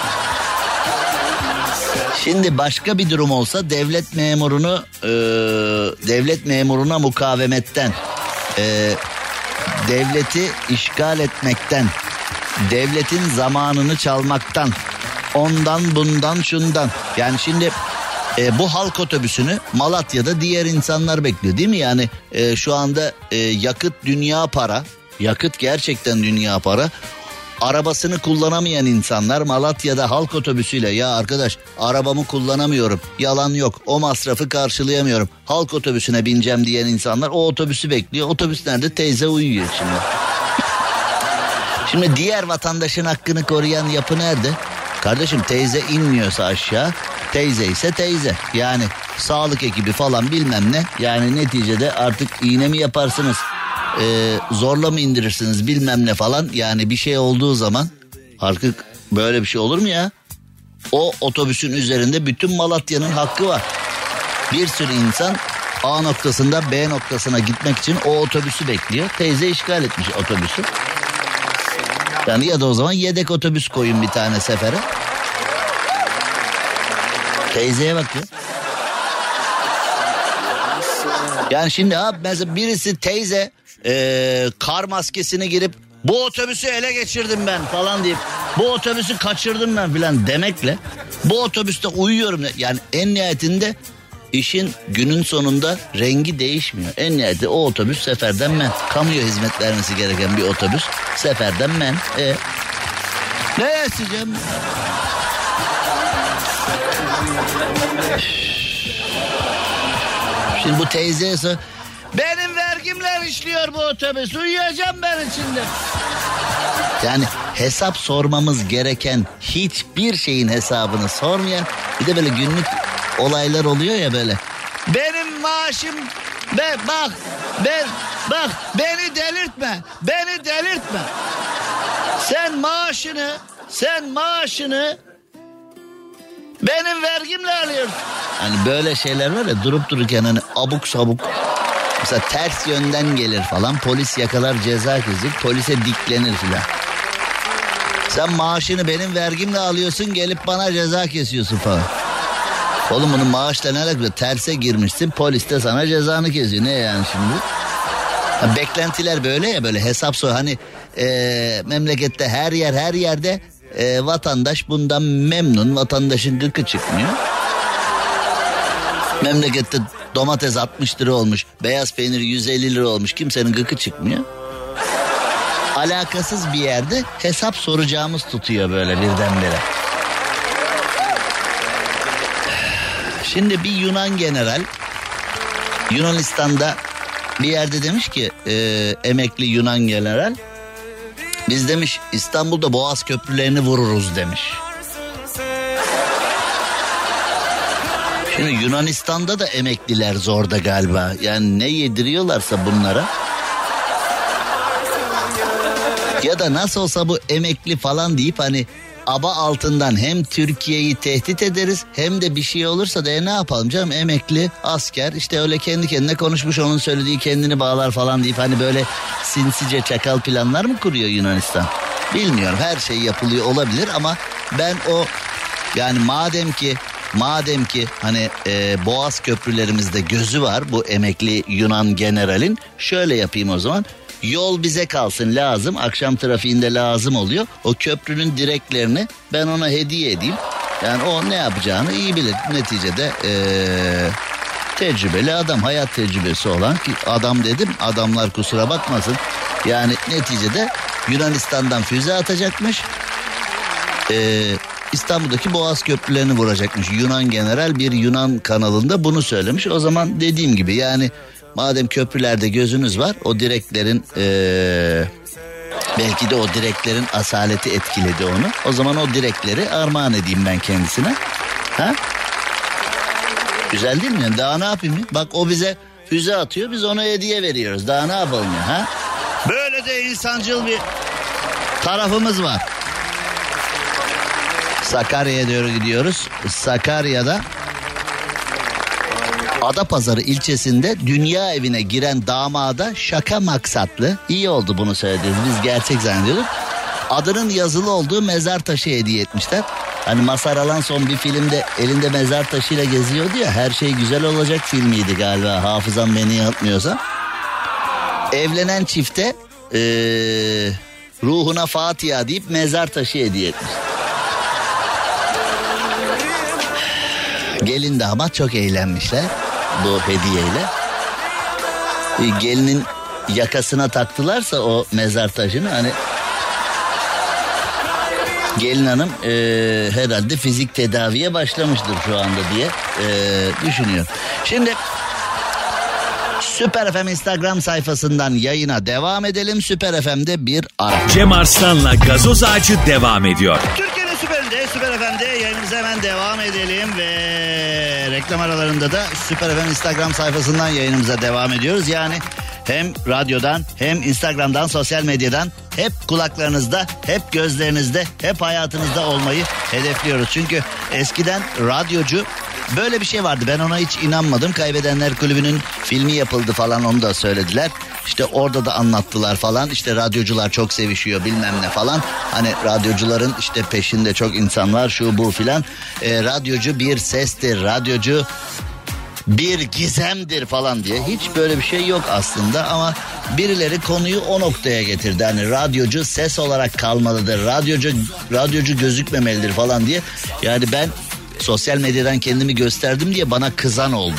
Speaker 3: Şimdi başka bir durum olsa devlet memurunu e, devlet memuruna mukavemetten, e, devleti işgal etmekten, devletin zamanını çalmaktan, ondan bundan şundan. Yani şimdi e, bu halk otobüsünü Malatya'da diğer insanlar bekliyor değil mi? Yani e, şu anda e, yakıt dünya para, yakıt gerçekten dünya para. Arabasını kullanamayan insanlar Malatya'da halk otobüsüyle ya arkadaş arabamı kullanamıyorum, yalan yok, o masrafı karşılayamıyorum, halk otobüsüne bineceğim diyen insanlar o otobüsü bekliyor. Otobüs nerede? Teyze uyuyor şimdi. Şimdi diğer vatandaşın hakkını koruyan yapı nerede? Kardeşim teyze inmiyorsa aşağı, teyze ise teyze. Yani sağlık ekibi falan bilmem ne. Yani neticede artık iğne mi yaparsınız? Ee, zorla mı indirirsiniz bilmem ne falan. Yani bir şey olduğu zaman artık böyle bir şey olur mu ya? O otobüsün üzerinde bütün Malatya'nın hakkı var. Bir sürü insan A noktasında B noktasına gitmek için o otobüsü bekliyor. Teyze işgal etmiş otobüsü. Yani ya da o zaman yedek otobüs koyun bir tane sefere. Teyzeye bak ya. Yani şimdi abi mesela birisi teyze e, kar maskesini girip bu otobüsü ele geçirdim ben falan deyip bu otobüsü kaçırdım ben falan demekle bu otobüste uyuyorum. Yani en nihayetinde işin günün sonunda rengi değişmiyor. En nihayetinde o otobüs seferden men. Kamuya hizmet vermesi gereken bir otobüs seferden men. E, ne yaşayacağım? Şimdi bu teyzeye sor. Benim vergimle işliyor bu otobüs. Uyuyacağım ben içinde. Yani hesap sormamız gereken hiçbir şeyin hesabını sormayan bir de böyle günlük olaylar oluyor ya böyle. Benim maaşım be bak ben bak beni delirtme. Beni delirtme. Sen maaşını sen maaşını benim vergimle alıyorsun. Hani böyle şeyler var ya durup dururken hani abuk sabuk. Mesela ters yönden gelir falan. Polis yakalar ceza kesecek. Polise diklenir filan. Sen maaşını benim vergimle alıyorsun gelip bana ceza kesiyorsun falan. Oğlum bunun maaşla ne alakası? Terse girmişsin polis de sana cezanı kesiyor. Ne yani şimdi? Ha, beklentiler böyle ya böyle hesap sor. Hani ee, memlekette her yer her yerde ee, vatandaş bundan memnun. Vatandaşın gıkı çıkmıyor. Memlekette domates altmış lira olmuş. Beyaz peynir yüz elli lira olmuş. Kimsenin gıkı çıkmıyor. Alakasız bir yerde hesap soracağımız tutuyor böyle birdenbire. Şimdi bir Yunan general Yunanistan'da bir yerde demiş ki e, emekli Yunan general biz demiş İstanbul'da Boğaz köprülerini vururuz demiş. Şimdi Yunanistan'da da emekliler zorda galiba. Yani ne yediriyorlarsa bunlara. Ya da nasıl olsa bu emekli falan deyip hani aba altından hem Türkiye'yi tehdit ederiz hem de bir şey olursa da e ne yapalım canım emekli asker işte öyle kendi kendine konuşmuş onun söylediği kendini bağlar falan deyip hani böyle sinsice çakal planlar mı kuruyor Yunanistan? Bilmiyorum her şey yapılıyor olabilir ama ben o yani madem ki madem ki hani e, Boğaz köprülerimizde gözü var bu emekli Yunan generalin şöyle yapayım o zaman. Yol bize kalsın lazım. Akşam trafiğinde lazım oluyor. O köprünün direklerini ben ona hediye edeyim. Yani o ne yapacağını iyi bilir. Neticede ee, tecrübeli adam. Hayat tecrübesi olan ki adam dedim. Adamlar kusura bakmasın. Yani neticede Yunanistan'dan füze atacakmış. Ee, İstanbul'daki Boğaz köprülerini vuracakmış. Yunan general bir Yunan kanalında bunu söylemiş. O zaman dediğim gibi yani madem köprülerde gözünüz var, o direklerin ee, belki de o direklerin asaleti etkiledi onu. O zaman o direkleri armağan edeyim ben kendisine. Ha? Güzel değil mi? Yani daha ne yapayım? Bak o bize füze atıyor, biz ona hediye veriyoruz. Daha ne yapalım ya? Ha? Böyle de insancıl bir tarafımız var. Sakarya'ya doğru gidiyoruz. Sakarya'da Adapazarı ilçesinde dünya evine giren damada şaka maksatlı, iyi oldu bunu söylediğiniz, biz gerçek zannediyorduk, adının yazılı olduğu mezar taşı hediye etmişler. Hani Mazhar Alanson bir filmde elinde mezar taşıyla geziyordu ya, Her Şey Güzel Olacak filmiydi galiba, hafızam beni yanıltmıyorsa. Evlenen çifte ee, ruhuna Fatiha deyip mezar taşı hediye etmiş. Gelin damat çok eğlenmişler bu hediyeyle. Gelinin yakasına taktılarsa o mezar taşını, hani gelin hanım e, herhalde fizik tedaviye başlamıştır şu anda diye e, düşünüyorum. Şimdi Süper F M Instagram sayfasından yayına devam edelim. Süper F M'de bir ara.
Speaker 2: Cem Arslan'la Gazoz Ağacı devam ediyor.
Speaker 3: Türkiye'nin süperinde, Süper F M'de yayınımıza hemen devam edelim ve reklam aralarında da Süper F M Instagram sayfasından yayınımıza devam ediyoruz. Yani hem radyodan hem Instagram'dan, sosyal medyadan hep kulaklarınızda, hep gözlerinizde, hep hayatınızda olmayı hedefliyoruz. Çünkü eskiden radyocu, böyle bir şey vardı, ben ona hiç inanmadım. Kaybedenler Kulübü'nün filmi yapıldı falan, onu da söylediler. İşte orada da anlattılar falan, işte radyocular çok sevişiyor bilmem ne falan. Hani radyocuların işte peşinde çok insan var, şu bu filan. E, radyocu bir sestir, radyocu bir gizemdir falan diye. Hiç böyle bir şey yok aslında ama birileri konuyu o noktaya getirdi. Hani radyocu ses olarak kalmalıdır, radyocu radyocu gözükmemelidir falan diye. Yani ben sosyal medyadan kendimi gösterdim diye bana kızan oldu.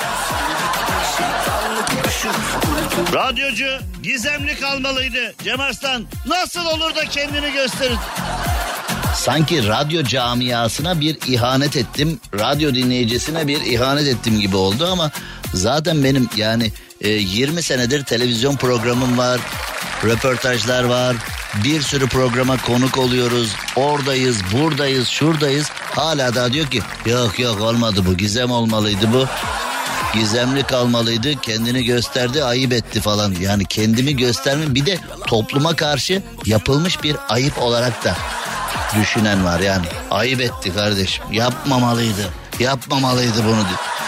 Speaker 3: Radyocu gizemli kalmalıydı. Cem Arslan nasıl olur da kendini gösterir? Sanki radyo camiasına bir ihanet ettim, radyo dinleyicisine bir ihanet ettim gibi oldu ama zaten benim yani e, yirmi senedir televizyon programım var, röportajlar var, bir sürü programa konuk oluyoruz, oradayız, buradayız, şuradayız. Hala da diyor ki yok yok olmadı bu, gizem olmalıydı bu. Gizemli kalmalıydı, kendini gösterdi, ayıp etti falan. Yani kendimi gösterme, bir de topluma karşı yapılmış bir ayıp olarak da düşünen var yani. Ayıp etti kardeşim, yapmamalıydı, yapmamalıydı bunu.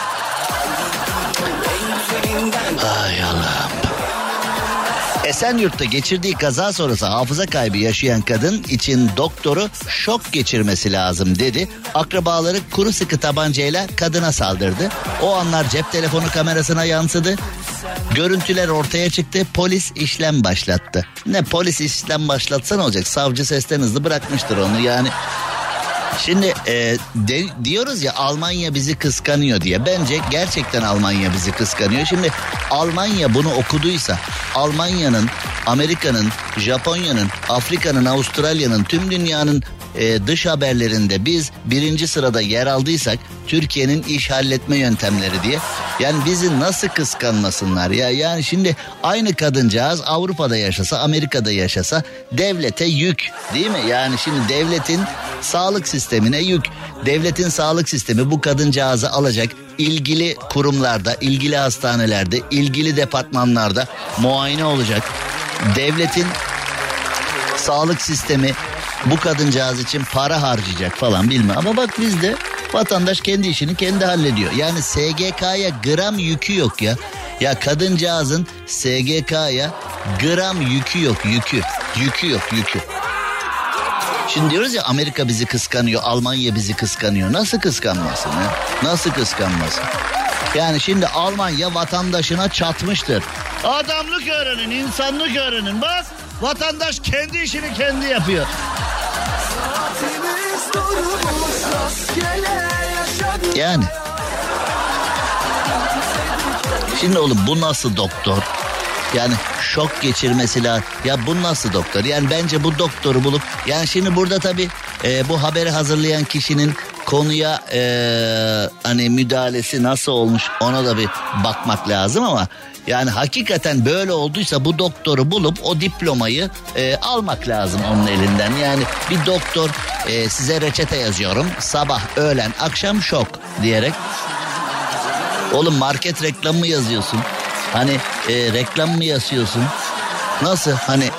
Speaker 3: Ay Allah'ım. Esenyurt'ta geçirdiği kaza sonrası hafıza kaybı yaşayan kadın için doktoru şok geçirmesi lazım dedi. Akrabaları kuru sıkı tabancayla kadına saldırdı. O anlar cep telefonu kamerasına yansıdı. Görüntüler ortaya çıktı. Polis işlem başlattı. Ne polis işlem başlatsa ne olacak? Savcı sesten hızlı bırakmıştır onu yani. Şimdi e, de, diyoruz ya Almanya bizi kıskanıyor diye. Bence gerçekten Almanya bizi kıskanıyor. Şimdi Almanya bunu okuduysa, Almanya'nın, Amerika'nın, Japonya'nın, Afrika'nın, Avustralya'nın, tüm dünyanın e, dış haberlerinde biz birinci sırada yer aldıysak, Türkiye'nin iş halletme yöntemleri diye. Yani bizi nasıl kıskanmasınlar ya? Yani şimdi aynı kadıncağız Avrupa'da yaşasa, Amerika'da yaşasa devlete yük, değil mi? Yani şimdi devletin sağlık sistemine yük. Devletin sağlık sistemi bu kadıncağızı alacak, ilgili kurumlarda, ilgili hastanelerde, ilgili departmanlarda muayene olacak. Devletin sağlık sistemi bu kadıncağız için para harcayacak falan, bilmem. Ama bak bizde vatandaş kendi işini kendi hallediyor. Yani S G K'ya gram yükü yok ya. Ya kadıncağızın S G K'ya gram yükü yok, yükü. Yükü yok, yükü. Şimdi diyoruz ya Amerika bizi kıskanıyor, Almanya bizi kıskanıyor. Nasıl kıskanmasın ya? Nasıl kıskanmasın? Yani şimdi Almanya vatandaşına çatmıştır. Adamlık öğrenin, insanlık öğrenin. Bak vatandaş kendi işini kendi yapıyor. Yani. Şimdi oğlum bu nasıl doktor? Yani şok geçirmesi lazım. Ya bu nasıl doktor? Yani bence bu doktoru bulup, yani şimdi burada tabii e, bu haberi hazırlayan kişinin konuya e, hani müdahalesi nasıl olmuş ona da bir bakmak lazım ama yani hakikaten böyle olduysa bu doktoru bulup o diplomayı e, almak lazım onun elinden. Yani bir doktor e, size reçete yazıyorum sabah, öğlen, akşam şok diyerek. Oğlum market reklamı mı yazıyorsun? Hani e, reklam mı yazıyorsun? Nasıl hani?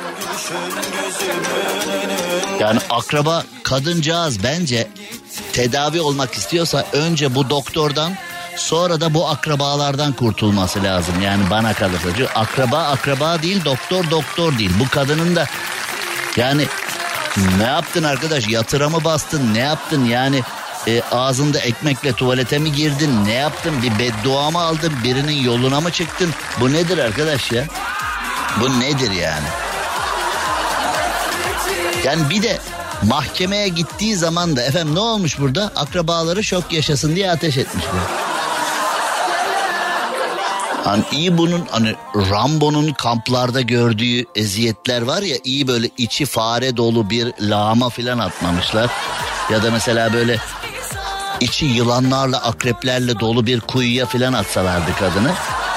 Speaker 3: Yani akraba kadıncağız bence tedavi olmak istiyorsa önce bu doktordan, sonra da bu akrabalardan kurtulması lazım. Yani bana kalırsa. Çünkü akraba akraba değil, doktor doktor değil. Bu kadının da yani ne yaptın arkadaş? Yatıra mı bastın? Ne yaptın? Yani e, ağzında ekmekle tuvalete mi girdin? Ne yaptın? Bir beddua mı aldın? Birinin yoluna mı çıktın? Bu nedir arkadaş ya? Bu nedir yani? Yani bir de mahkemeye gittiği zaman da efendim ne olmuş burada? Akrabaları şok yaşasın diye ateş etmiş bu. Hani iyi bunun hani Rambo'nun kamplarda gördüğü eziyetler var ya, iyi böyle içi fare dolu bir lağma filan atmamışlar. Ya da mesela böyle içi yılanlarla akreplerle dolu bir kuyuya filan atsalardı kadını.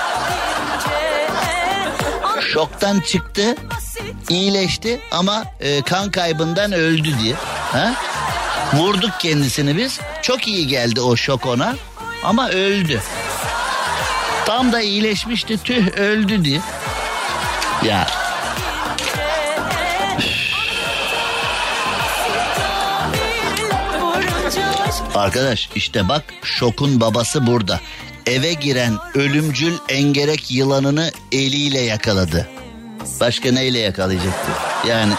Speaker 3: Şoktan çıktı, iyileşti ama e, kan kaybından öldü diye. Ha? Vurduk kendisini biz. Çok iyi geldi o şok ona ama öldü. Tam da iyileşmişti, tüh öldü diye. Ya. Arkadaş işte bak, şokun babası burada. Eve giren ölümcül engerek yılanını eliyle yakaladı. Başka neyle yakalayacaktı? Yani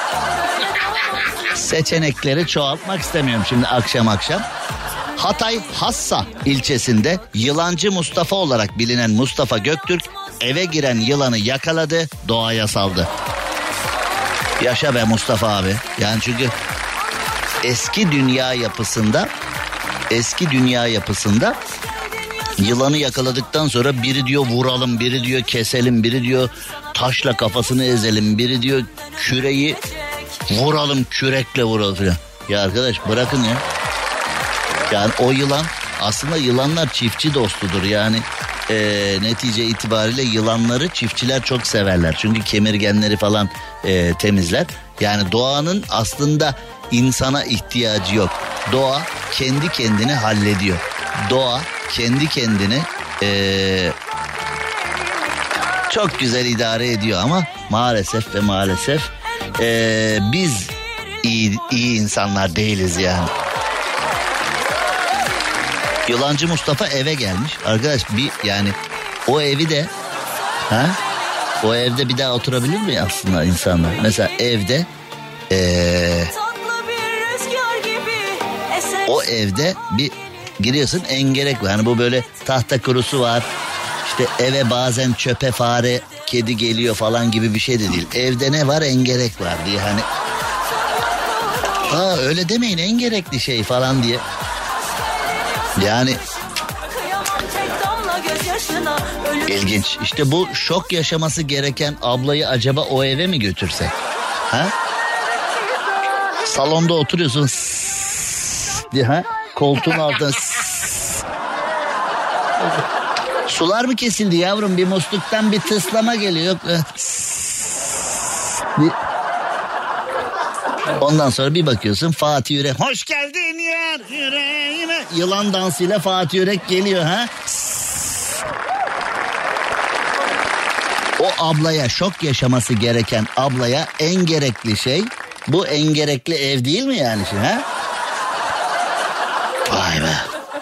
Speaker 3: seçenekleri çoğaltmak istemiyorum şimdi akşam akşam. Hatay Hassa ilçesinde Yılancı Mustafa olarak bilinen Mustafa Göktürk eve giren yılanı yakaladı, doğaya saldı. Yaşa be Mustafa abi. Yani çünkü eski dünya yapısında eski dünya yapısında yılanı yakaladıktan sonra biri diyor vuralım, biri diyor keselim, biri diyor taşla kafasını ezelim, biri diyor küreyi vuralım, kürekle vuralım falan. Ya arkadaş bırakın ya. Yani o yılan, aslında yılanlar çiftçi dostudur yani. E, netice itibariyle yılanları çiftçiler çok severler. Çünkü kemirgenleri falan e, temizler. Yani doğanın aslında insana ihtiyacı yok. Doğa kendi kendini hallediyor. Doğa kendi kendini e, çok güzel idare ediyor ama maalesef ve maalesef e, biz iyi, iyi insanlar değiliz yani. Yılancı Mustafa eve gelmiş. Arkadaş bir yani o evi de ha? O evde bir daha oturabilir mi aslında insanlar? Mesela evde ee, o evde bir giriyorsun, engerek var. Hani bu böyle tahta kurusu var. İşte eve bazen çöpe fare kedi geliyor falan gibi bir şey de değil. Evde ne var? Engerek var diye hani. Aa öyle demeyin, engerekli şey falan diye. Yani ilginç. İşte bu şok yaşaması gereken ablayı acaba o eve mi götürsek? Ha? Salonda oturuyorsun diye, ha? Koltuğun altında sular mı kesildi yavrum? Bir musluktan bir tıslama geliyor. Bir... Ondan sonra bir bakıyorsun Fatih Yürek. Hoş geldin yer yüreğime. Yılan dansıyla Fatih Yürek geliyor ha. O ablaya, şok yaşaması gereken ablaya en gerekli şey bu engerekli ev değil mi yani şimdi ha? Vay be.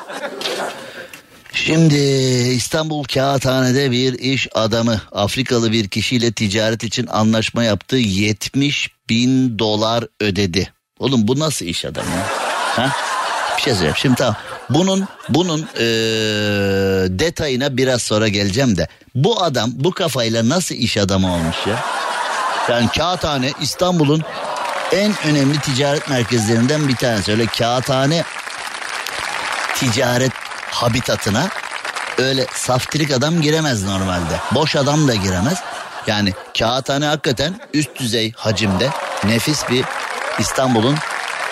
Speaker 3: Şimdi İstanbul Kağıthane'de bir iş adamı Afrikalı bir kişiyle ticaret için anlaşma yaptı. yetmiş bin dolar ödedi. Oğlum bu nasıl iş adamı ya? Ha? Bir şey söyleyeyim. Şimdi tamam. Bunun bunun ee, detayına biraz sonra geleceğim de. Bu adam bu kafayla nasıl iş adamı olmuş ya? Yani Kağıthane İstanbul'un en önemli ticaret merkezlerinden bir tanesi. Öyle Kağıthane ticaret habitatına öyle saftirik adam giremez normalde. Boş adam da giremez. Yani Kağıthane hakikaten üst düzey hacimde nefis bir İstanbul'un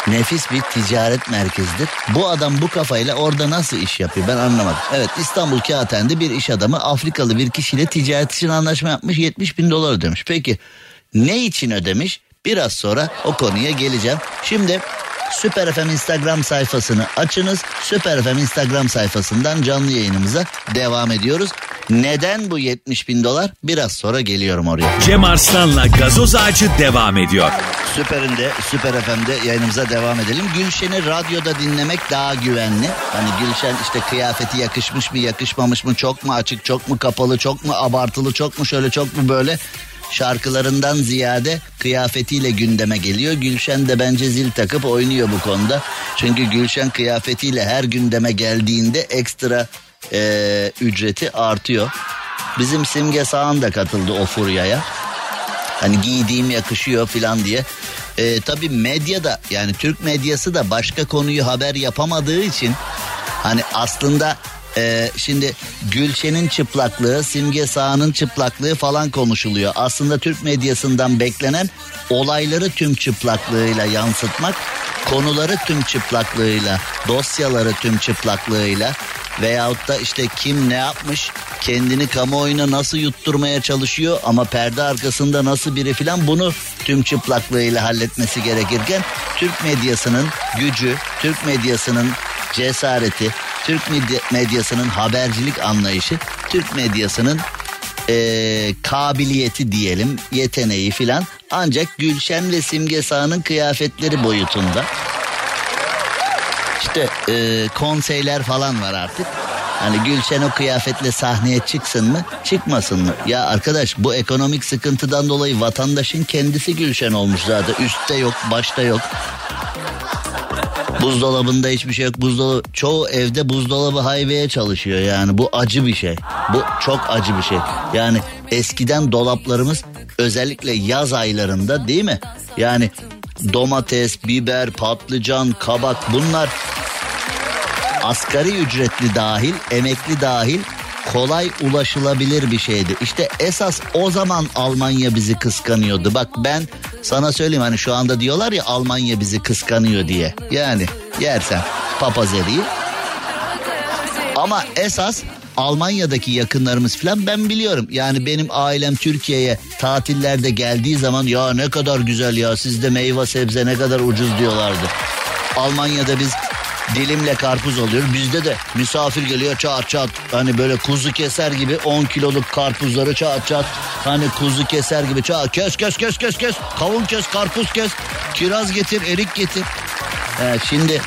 Speaker 3: nefis bir ticaret merkezidir. Bu adam bu kafayla orada nasıl iş yapıyor ben anlamadım. Evet, İstanbul Kağıthane'de bir iş adamı Afrikalı bir kişiyle ticaret için anlaşma yapmış, yetmiş bin dolar ödemiş. Peki ne için ödemiş? Biraz sonra o konuya geleceğim. Şimdi Süper F M Instagram sayfasını açınız. Süper F M Instagram sayfasından canlı yayınımıza devam ediyoruz. Neden bu yetmiş bin dolar? Biraz sonra geliyorum oraya.
Speaker 2: Cem Arslan'la Gazoz Ağacı devam ediyor.
Speaker 3: Süper'inde, Süper F M'de yayınımıza devam edelim. Gülşen'i radyoda dinlemek daha güvenli. Hani Gülşen işte kıyafeti yakışmış mı, yakışmamış mı, çok mu açık, çok mu kapalı, çok mu abartılı, çok mu şöyle, çok mu böyle... Şarkılarından ziyade kıyafetiyle gündeme geliyor. Gülşen de bence zil takıp oynuyor bu konuda. Çünkü Gülşen kıyafetiyle her gündeme geldiğinde ekstra e, ücreti artıyor. Bizim Simge Sağan da katıldı o furyaya. Hani giydiğim yakışıyor falan diye. E, tabii medyada, yani Türk medyası da başka konuyu haber yapamadığı için hani aslında... Ee, şimdi Gülşen'in çıplaklığı, Simge Sağan'ın çıplaklığı falan konuşuluyor. Aslında Türk medyasından beklenen olayları tüm çıplaklığıyla yansıtmak, konuları tüm çıplaklığıyla, dosyaları tüm çıplaklığıyla veyahut da işte kim ne yapmış, kendini kamuoyuna nasıl yutturmaya çalışıyor ama perde arkasında nasıl biri falan, bunu tüm çıplaklığıyla halletmesi gerekirken Türk medyasının gücü, Türk medyasının cesareti, Türk medyasının habercilik anlayışı, Türk medyasının ee, kabiliyeti diyelim, yeteneği filan ancak Gülşen ve Simge Sağan'ın kıyafetleri boyutunda. İşte ee, konseyler falan var artık. Hani Gülşen o kıyafetle sahneye çıksın mı, çıkmasın mı? Ya arkadaş, bu ekonomik sıkıntıdan dolayı vatandaşın kendisi Gülşen olmuş zaten. Üstte yok, başta yok. Buzdolabında hiçbir şey yok. Buzdolabı, çoğu evde buzdolabı haybeye çalışıyor yani. Bu acı bir şey. Bu çok acı bir şey. Yani eskiden dolaplarımız özellikle yaz aylarında, değil mi? Yani domates, biber, patlıcan, kabak, bunlar asgari ücretli dahil, emekli dahil kolay ulaşılabilir bir şeydi. İşte esas o zaman Almanya bizi kıskanıyordu. Bak ben sana söyleyeyim, hani şu anda diyorlar ya Almanya bizi kıskanıyor diye. Yani yersen papaz eriği. Ama esas Almanya'daki yakınlarımız falan ben biliyorum. Yani benim ailem Türkiye'ye tatillerde geldiği zaman ya ne kadar güzel ya, sizde meyve sebze ne kadar ucuz diyorlardı. Almanya'da biz dilimle karpuz alıyoruz. Bizde de misafir geliyor çat çat. Hani böyle kuzu keser gibi on kiloluk karpuzları çat çat. Hani kuzu keser gibi çat. Kes kes kes kes kes. Kavun kes, karpuz kes. Kiraz getir, erik getir. Evet, şimdi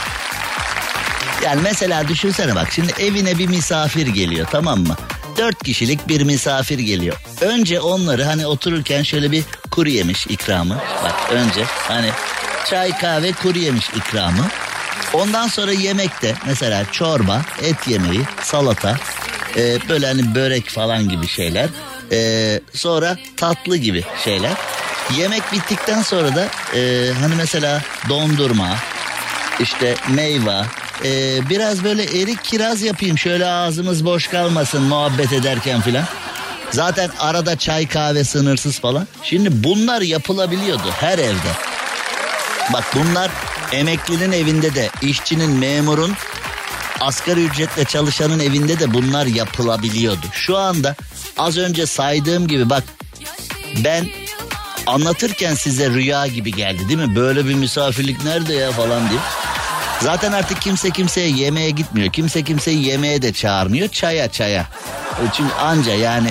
Speaker 3: yani mesela düşünsene bak. Şimdi evine bir misafir geliyor, tamam mı? Dört kişilik bir misafir geliyor. Önce onları hani otururken şöyle bir kuru yemiş ikramı. Bak önce hani çay kahve kuru yemiş ikramı. Ondan sonra yemekte mesela çorba, et yemeği, salata, e, böyle hani börek falan gibi şeyler. E, sonra tatlı gibi şeyler. Yemek bittikten sonra da e, hani mesela dondurma, işte meyve, e, biraz böyle erik kiraz yapayım. Şöyle ağzımız boş kalmasın muhabbet ederken filan. Zaten arada çay kahve sınırsız falan. Şimdi bunlar yapılabiliyordu her evde. Bak bunlar emeklinin evinde de, işçinin, memurun, asgari ücretle çalışanın evinde de bunlar yapılabiliyordu. Şu anda az önce saydığım gibi bak, ben anlatırken size rüya gibi geldi değil mi? Böyle bir misafirlik nerede ya falan diye. Zaten artık kimse kimseye yemeğe gitmiyor. Kimse kimseyi yemeğe de çağırmıyor. Çaya çaya. Çünkü anca yani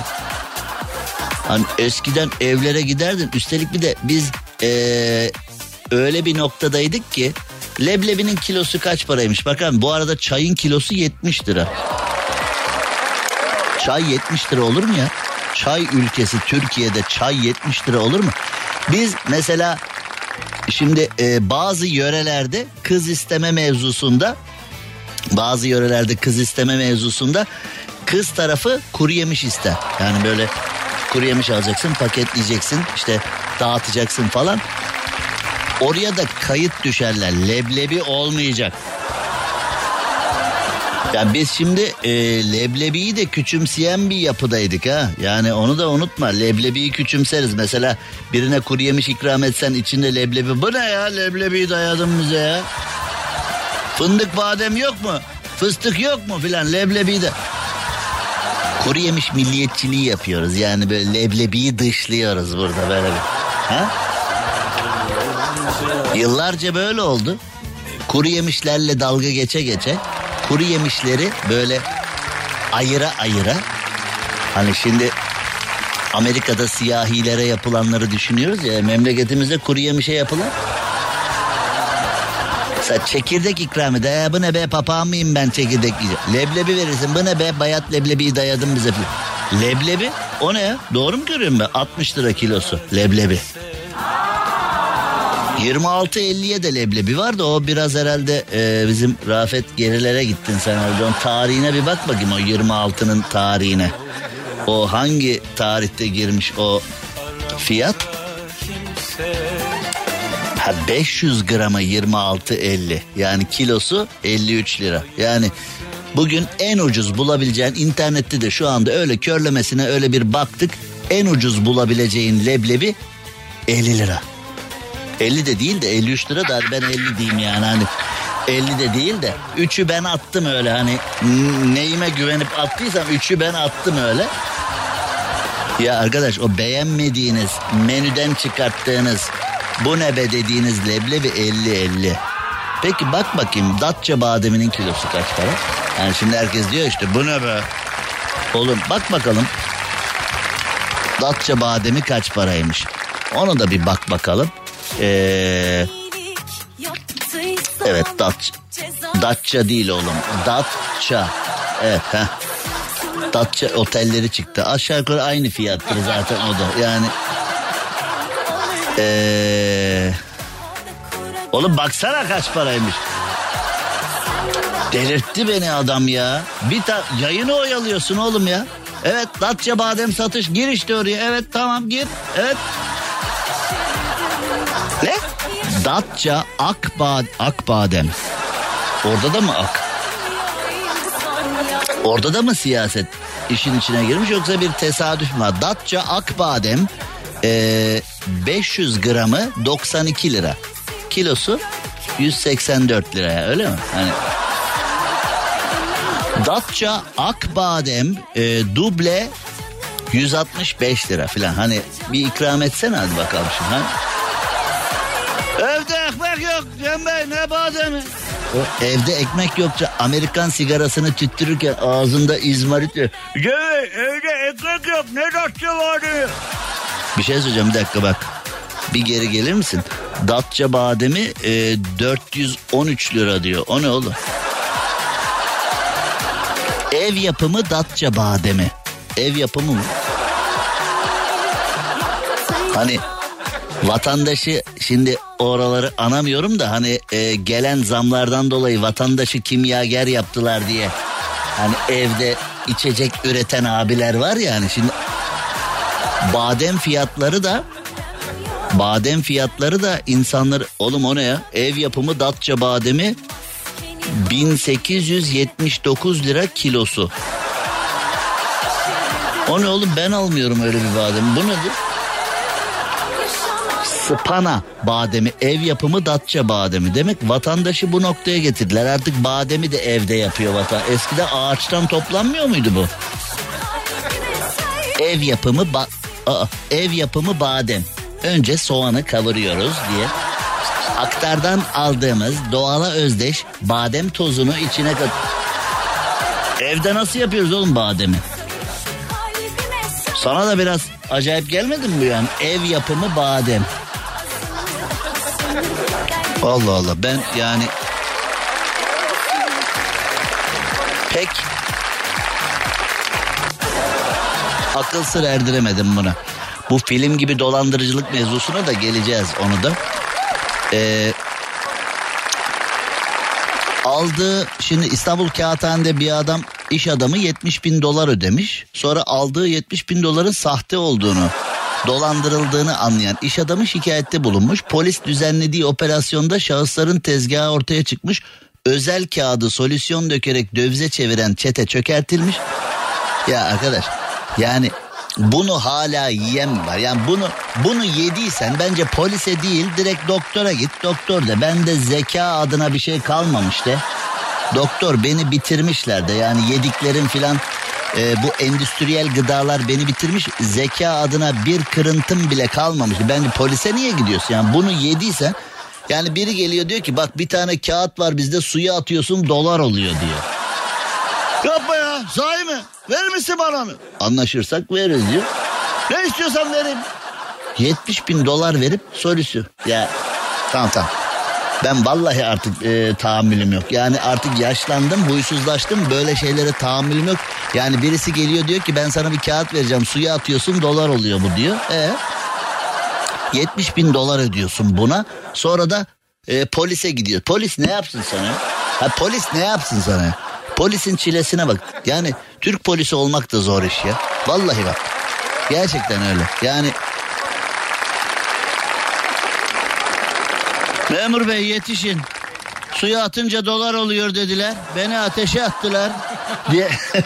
Speaker 3: hani eskiden evlere giderdin. Üstelik bir de biz ee, öyle bir noktadaydık ki leblebinin kilosu kaç paraymış? Bakın bu arada çayın kilosu yetmiş lira. Çay yetmiş lira olur mu ya? Çay ülkesi Türkiye'de çay yetmiş lira olur mu? Biz mesela şimdi e, bazı yörelerde kız isteme mevzusunda bazı yörelerde kız isteme mevzusunda kız tarafı kuru yemiş ister. Yani böyle kuru yemiş alacaksın, paketleyeceksin, işte dağıtacaksın falan. Oraya da kayıt düşerler. Leblebi olmayacak. Ya biz şimdi e, leblebiyi de küçümseyen bir yapıdaydık ha. Yani onu da unutma. Leblebiyi küçümseriz. Mesela birine kuru yemiş ikram etsen içinde leblebi. Bu ne ya, leblebiyi dayadın bize ya. Fındık badem yok mu? Fıstık yok mu filan, leblebiyi de. Kuru yemiş milliyetçiliği yapıyoruz. Yani böyle leblebiyi dışlıyoruz burada böyle bir. Ha? Yıllarca böyle oldu. Kuru yemişlerle dalga geçe geçe kuru yemişleri böyle ayıra ayıra, hani şimdi Amerika'da siyahilere yapılanları düşünüyoruz ya, memleketimizde kuru yemişe yapılan. Mesela çekirdek ikram eder. E, bu ne be, papağan mıyım ben çekirdek yiyeceğim. Leblebi verirsin. Bu ne be, bayat leblebiyi dayadın bize. Leblebi o ne ya? Doğru mu görüyorum ben? altmış lira kilosu leblebi. yirmi altı elliye de leblebi var da o biraz herhalde e, bizim Rafet gerilere gittin sen orada. Onun tarihine bir bak bakayım, o yirmi altının tarihine. O hangi tarihte girmiş o fiyat? Ha, beş yüz gramı yirmi altı elli, yani kilosu elli üç lira. Yani bugün en ucuz bulabileceğin, internette de şu anda öyle körlemesine öyle bir baktık, en ucuz bulabileceğin leblebi elli lira. elli de değil de elli üç lira da ben elli diyeyim yani, hani elli de değil de üçü ben attım öyle, hani neyime güvenip attıysam üçü ben attım öyle. Ya arkadaş, o beğenmediğiniz menüden çıkarttığınız bu ne be dediğiniz leblebi elli elli. Peki bak bakayım Datça bademinin kilosu kaç para? Yani şimdi herkes diyor işte bu ne be. Oğlum bak bakalım Datça bademi kaç paraymış? Onu da bir bak bakalım. Ee, evet Datça. Datça değil oğlum. Datça. Evet ha. Datça otelleri çıktı. Aşağı yukarı aynı fiyattır zaten o da. Yani ee, oğlum baksana kaç paraymış. Delirtti beni adam ya. Bir ta yayını oyalıyorsun oğlum ya. Evet Datça badem satış, gir işte oraya. Evet tamam gir. Evet. Ne? Datça Akbad Akbadem. Orada da mı ak? Orada da mı siyaset işin içine girmiş, yoksa bir tesadüf mü? Datça Akbadem ee, beş yüz gramı doksan iki lira. Kilosu yüz seksen dört liraya, öyle mi? Hani Datça Akbadem e, duble yüz altmış beş lira falan. Hani bir ikram etsene hadi bakalım şimdi. Ha? Evde ekmek yok Cem Bey, ne bademi? O evde ekmek yokça Amerikan sigarasını tüttürürken ağzında izmarit diyor. Cem Bey evde ekmek yok, ne Datça bademi? Bir şey söyleyeceğim, bir dakika bak. Bir geri gelir misin? Datça bademi e, dört yüz on üç lira diyor. O ne oğlum? Ev yapımı Datça bademi. Ev yapımı mı? Hani vatandaşı, şimdi oraları anamıyorum da hani e, gelen zamlardan dolayı vatandaşı kimyager yaptılar diye. Hani evde içecek üreten abiler var ya, hani şimdi badem fiyatları da badem fiyatları da insanları, oğlum o ne ya? Ev yapımı Datça bademi bin sekiz yüz yetmiş dokuz lira kilosu. O ne oğlum, ben almıyorum öyle bir badem. Bu nedir? Spana bademi, ev yapımı Datça bademi. Demek vatandaşı bu noktaya getirdiler. Artık bademi de evde yapıyor vatan. Eskiden ağaçtan toplanmıyor muydu bu? Ev yapımı ba- Aa, ev yapımı badem. Önce soğanı kavuruyoruz diye. Aktardan aldığımız doğala özdeş badem tozunu içine kat. Evde nasıl yapıyoruz oğlum bademi? Sana da biraz acayip gelmedi mi bu yani? Ev yapımı badem. Allah Allah, ben yani pek akıl sır erdiremedim buna. Bu film gibi dolandırıcılık mevzusuna da geleceğiz, onu da. Ee, aldığı, şimdi İstanbul Kağıthane'de bir adam, iş adamı yetmiş bin dolar ödemiş. Sonra aldığı yetmiş bin doların sahte olduğunu, dolandırıldığını anlayan iş adamı şikayette bulunmuş. Polis düzenlediği operasyonda şahısların tezgahı ortaya çıkmış. özel kağıdı solüsyon dökerek dövize çeviren çete çökertilmiş. Ya arkadaş yani bunu hala yiyen mi var? Yani bunu bunu yediysen bence polise değil direkt doktora git. Doktor da bende zeka adına bir şey kalmamış de. Doktor beni bitirmişler de yani yediklerim filan e, bu endüstriyel gıdalar beni bitirmiş. Zeka adına bir kırıntım bile kalmamış. Bence polise niye gidiyorsun? Yani bunu yediysen yani biri geliyor diyor ki bak bir tane kağıt var bizde suya atıyorsun dolar oluyor diyor. Yapma ya sahi mi? Verir misin bana mı? Anlaşırsak veririz diyor. Ne istiyorsan vereyim. yetmiş bin dolar verip solüsyon. Ya tamam tamam. Ben vallahi artık e, tahammülüm yok. Yani artık yaşlandım, huysuzlaştım. Böyle şeylere tahammülüm yok. Yani birisi geliyor diyor ki ben sana bir kağıt vereceğim. Suya atıyorsun dolar oluyor bu diyor. E yetmiş bin dolar ödüyorsun buna. Sonra da e, polise gidiyor. Polis ne yapsın sana? Ha, polis ne yapsın sana? Polisin çilesine bak. Yani Türk polisi olmak da zor iş ya. Vallahi bak. Gerçekten öyle. Yani memur bey yetişin. Suya atınca dolar oluyor dediler. Beni ateşe attılar diye.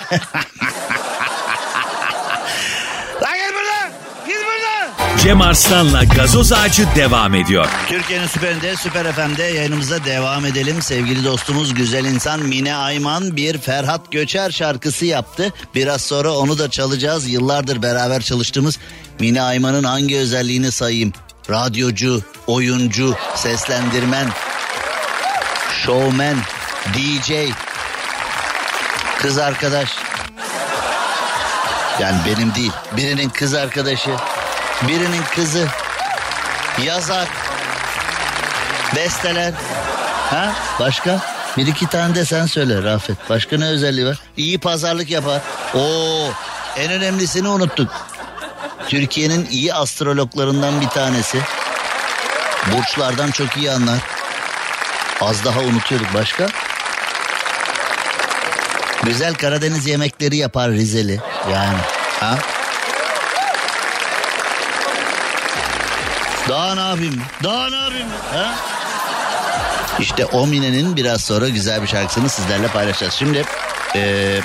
Speaker 3: Lan gel buradan. Git buradan.
Speaker 2: Cem Arslan'la Gazoz Ağacı devam ediyor.
Speaker 3: Türkiye'nin süperinde, Süper F M'de yayınımıza devam edelim. Sevgili dostumuz güzel insan Mine Ayman bir Ferhat Göçer şarkısı yaptı. Biraz sonra onu da çalacağız. Yıllardır beraber çalıştığımız Mine Ayman'ın hangi özelliğini sayayım? Radyocu, oyuncu, seslendirmen, showman, D J, kız arkadaş. Yani benim değil, birinin kız arkadaşı, birinin kızı, yazar, besteler. Ha? Başka? Bir iki tane de sen söyle Rafet. Başka ne özelliği var? İyi pazarlık yapar. Oo, en önemlisini unuttuk. Türkiye'nin iyi astrologlarından bir tanesi. Burçlardan çok iyi anlar. Az daha unutuyorduk. Başka? Güzel Karadeniz yemekleri yapar Rizeli. Yani. Ha? Daha ne yapayım? Daha ne yapayım? Ha? İşte o Mine'nin biraz sonra güzel bir şarkısını sizlerle paylaşacağız. Şimdi Ee,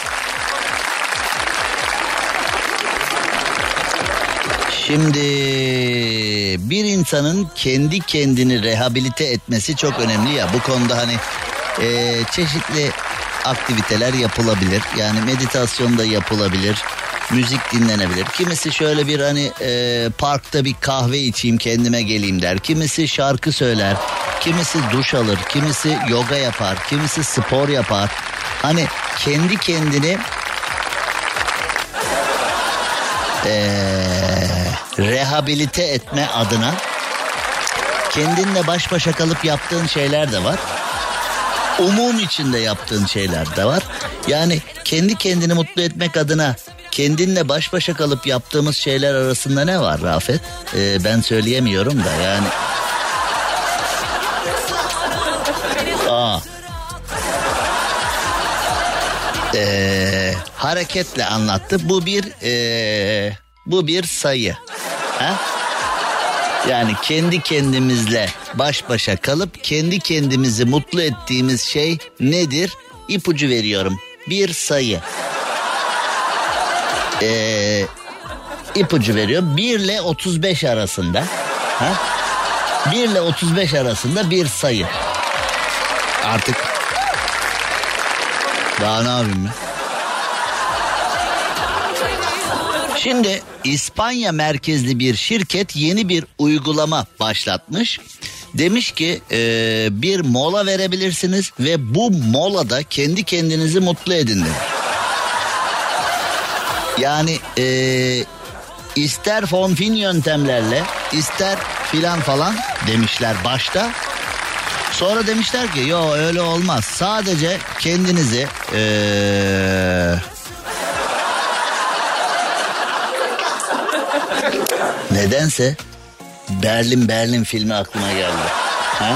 Speaker 3: Şimdi bir insanın kendi kendini rehabilite etmesi çok önemli ya. Bu konuda hani e, çeşitli aktiviteler yapılabilir. Yani meditasyon da yapılabilir. Müzik dinlenebilir. Kimisi şöyle bir hani e, parkta bir kahve içeyim kendime geleyim der. Kimisi şarkı söyler. Kimisi duş alır. Kimisi yoga yapar. Kimisi spor yapar. Hani kendi kendini Eee rehabilite etme adına kendinle baş başa kalıp yaptığın şeyler de var. Umum içinde yaptığın şeyler de var. Yani kendi kendini mutlu etmek adına kendinle baş başa kalıp yaptığımız şeyler arasında ne var Rafet? Ee, ben söyleyemiyorum da yani. Aa. Ee, hareketle anlattı. Bu bir ee, bu bir sayı. Ha? Yani kendi kendimizle baş başa kalıp kendi kendimizi mutlu ettiğimiz şey nedir? İpucu veriyorum. Bir sayı. Ee, ipucu veriyorum. bir ile otuz beş arasında. Ha? bir ile otuz beş arasında bir sayı. Artık daha ne yapayım ya? Şimdi İspanya merkezli bir şirket yeni bir uygulama başlatmış. Demiş ki e, bir mola verebilirsiniz ve bu molada kendi kendinizi mutlu edin demiş. Yani e, ister fonfin yöntemlerle ister filan falan demişler başta. Sonra demişler ki yo öyle olmaz. Sadece kendinizi ee... nedense Berlin Berlin filmi aklıma geldi. Ha?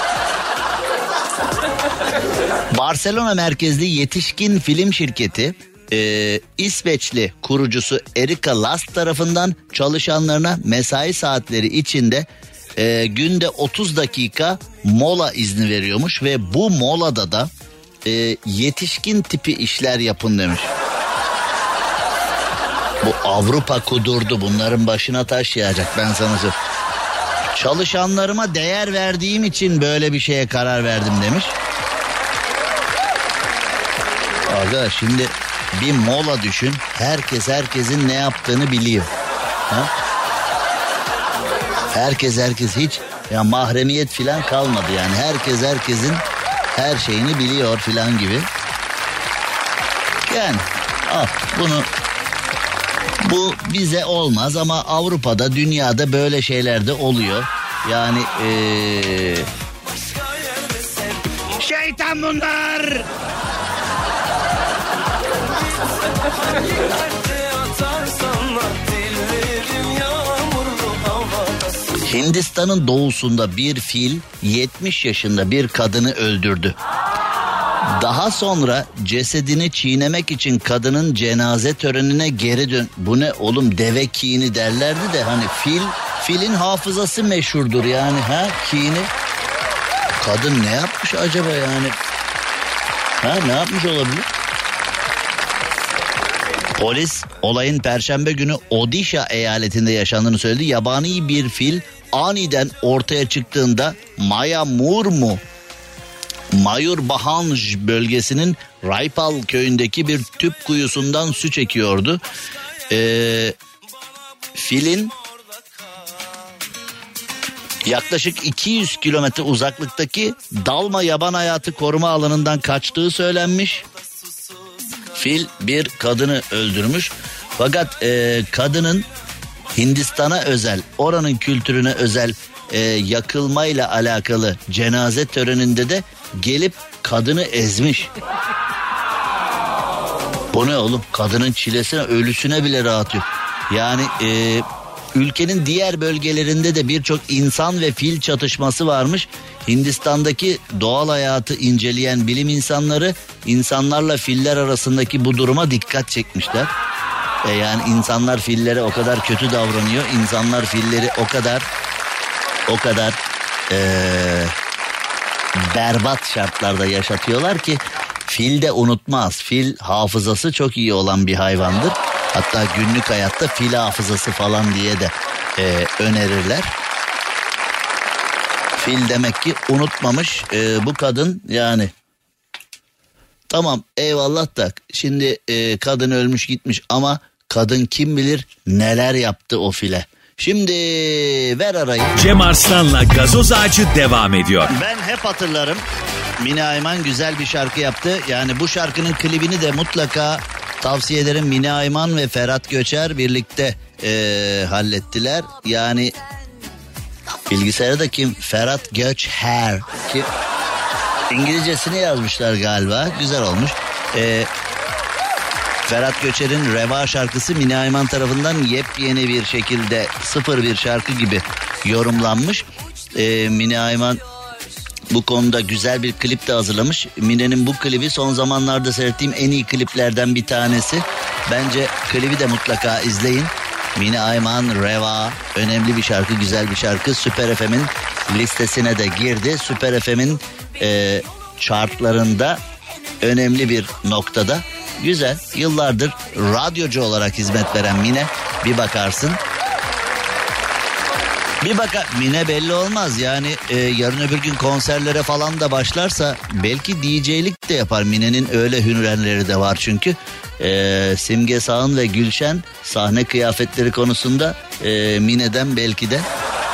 Speaker 3: Barcelona merkezli yetişkin film şirketi e, İsveçli kurucusu Erika Last tarafından çalışanlarına mesai saatleri içinde e, günde otuz dakika mola izni veriyormuş ve bu molada da e, yetişkin tipi işler yapın demiş. Bu Avrupa kudurdu, bunların başına taş yağacak, ben sana söyleyeyim. Çalışanlarıma değer verdiğim için böyle bir şeye karar verdim demiş. Arkadaş şimdi bir mola düşün. Herkes herkesin ne yaptığını biliyor. Ha? Herkes herkes hiç ya mahremiyet filan kalmadı yani. Herkes herkesin her şeyini biliyor filan gibi. Yani al bunu, bu bize olmaz ama Avrupa'da, dünyada böyle şeyler de oluyor. Yani ee... şeytan bunlar. Hindistan'ın doğusunda bir fil yetmiş yaşında bir kadını öldürdü. Daha sonra cesedini çiğnemek için kadının cenaze törenine geri dön. Bu ne oğlum, deve kini derlerdi de hani fil, filin hafızası meşhurdur yani, ha kini. Kadın ne yapmış acaba yani? Ha ne yapmış olabilir? Polis olayın Perşembe günü Odisha eyaletinde yaşandığını söyledi. Yabani bir fil aniden ortaya çıktığında Mayamurmu, Mayurbhanj bölgesinin Raipal köyündeki bir tüp kuyusundan su çekiyordu. Ee, filin yaklaşık iki yüz kilometre uzaklıktaki Dalma Yaban Hayatı Koruma Alanı'ndan kaçtığı söylenmiş. Fil bir kadını öldürmüş. Fakat e, kadının Hindistan'a özel, oranın kültürüne özel e, yakılmayla alakalı cenaze töreninde de gelip kadını ezmiş. Bu ne oğlum? Kadının çilesine, ölüsüne bile rahat yok. Yani e, ülkenin diğer bölgelerinde de birçok insan ve fil çatışması varmış. Hindistan'daki doğal hayatı inceleyen bilim insanları insanlarla filler arasındaki bu duruma dikkat çekmişler. E yani insanlar fillere o kadar kötü davranıyor. İnsanlar filleri o kadar o kadar ee, berbat şartlarda yaşatıyorlar ki fil de unutmaz. Fil hafızası çok iyi olan bir hayvandır. Hatta günlük hayatta fil hafızası falan diye de e, önerirler. Fil demek ki unutmamış e, bu kadın yani. Tamam eyvallah da şimdi e, kadın ölmüş gitmiş ama kadın kim bilir neler yaptı o file. Şimdi ver arayı.
Speaker 2: Cem Arslan'la Gazoz Ağacı devam ediyor.
Speaker 3: Ben hep hatırlarım. Mine Ayman güzel bir şarkı yaptı. Yani bu şarkının klibini de mutlaka tavsiye ederim. Mine Ayman ve Ferhat Göçer birlikte e, hallettiler. Yani bilgisayarda kim? Ferhat Göçer. Kim? İngilizcesini yazmışlar galiba. Güzel olmuş. Ee, Ferhat Göçer'in Reva şarkısı Mine Ayman tarafından yepyeni bir şekilde sıfır bir şarkı gibi yorumlanmış. Ee, Mine Ayman bu konuda güzel bir klip de hazırlamış. Mine'nin bu klibi son zamanlarda seyrettiğim en iyi kliplerden bir tanesi. Bence klibi de mutlaka izleyin. Mine Ayman, Reva, önemli bir şarkı, güzel bir şarkı. Süper F M'in listesine de girdi. Süper F M'in e, chartlarında önemli bir noktada. Güzel, yıllardır radyocu olarak hizmet veren Mine, bir bakarsın. Bir baka Mine belli olmaz yani e, yarın öbür gün konserlere falan da başlarsa belki D J'lik de yapar. Mine'nin öyle hünürleri de var çünkü. E, Simge Sağın ve Gülşen sahne kıyafetleri konusunda e, Mine'den belki de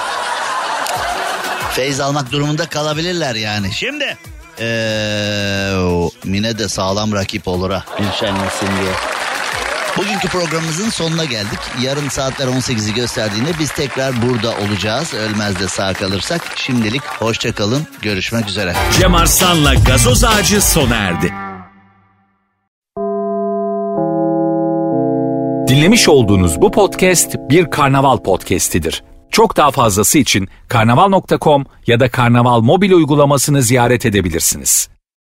Speaker 3: feyz almak durumunda kalabilirler yani. Şimdi e, Mine de sağlam rakip olur ha Gülşen'le Simge. Bugünkü programımızın sonuna geldik. Yarın saatler on sekizi gösterdiğinde biz tekrar burada olacağız. Ölmez de sağ kalırsak. Şimdilik hoşça kalın. Görüşmek üzere.
Speaker 2: Cem Arslan'la Gazoz Ağacı sona erdi.
Speaker 1: Dinlemiş olduğunuz bu podcast bir karnaval podcastidir. Çok daha fazlası için karnaval nokta com ya da karnaval mobil uygulamasını ziyaret edebilirsiniz.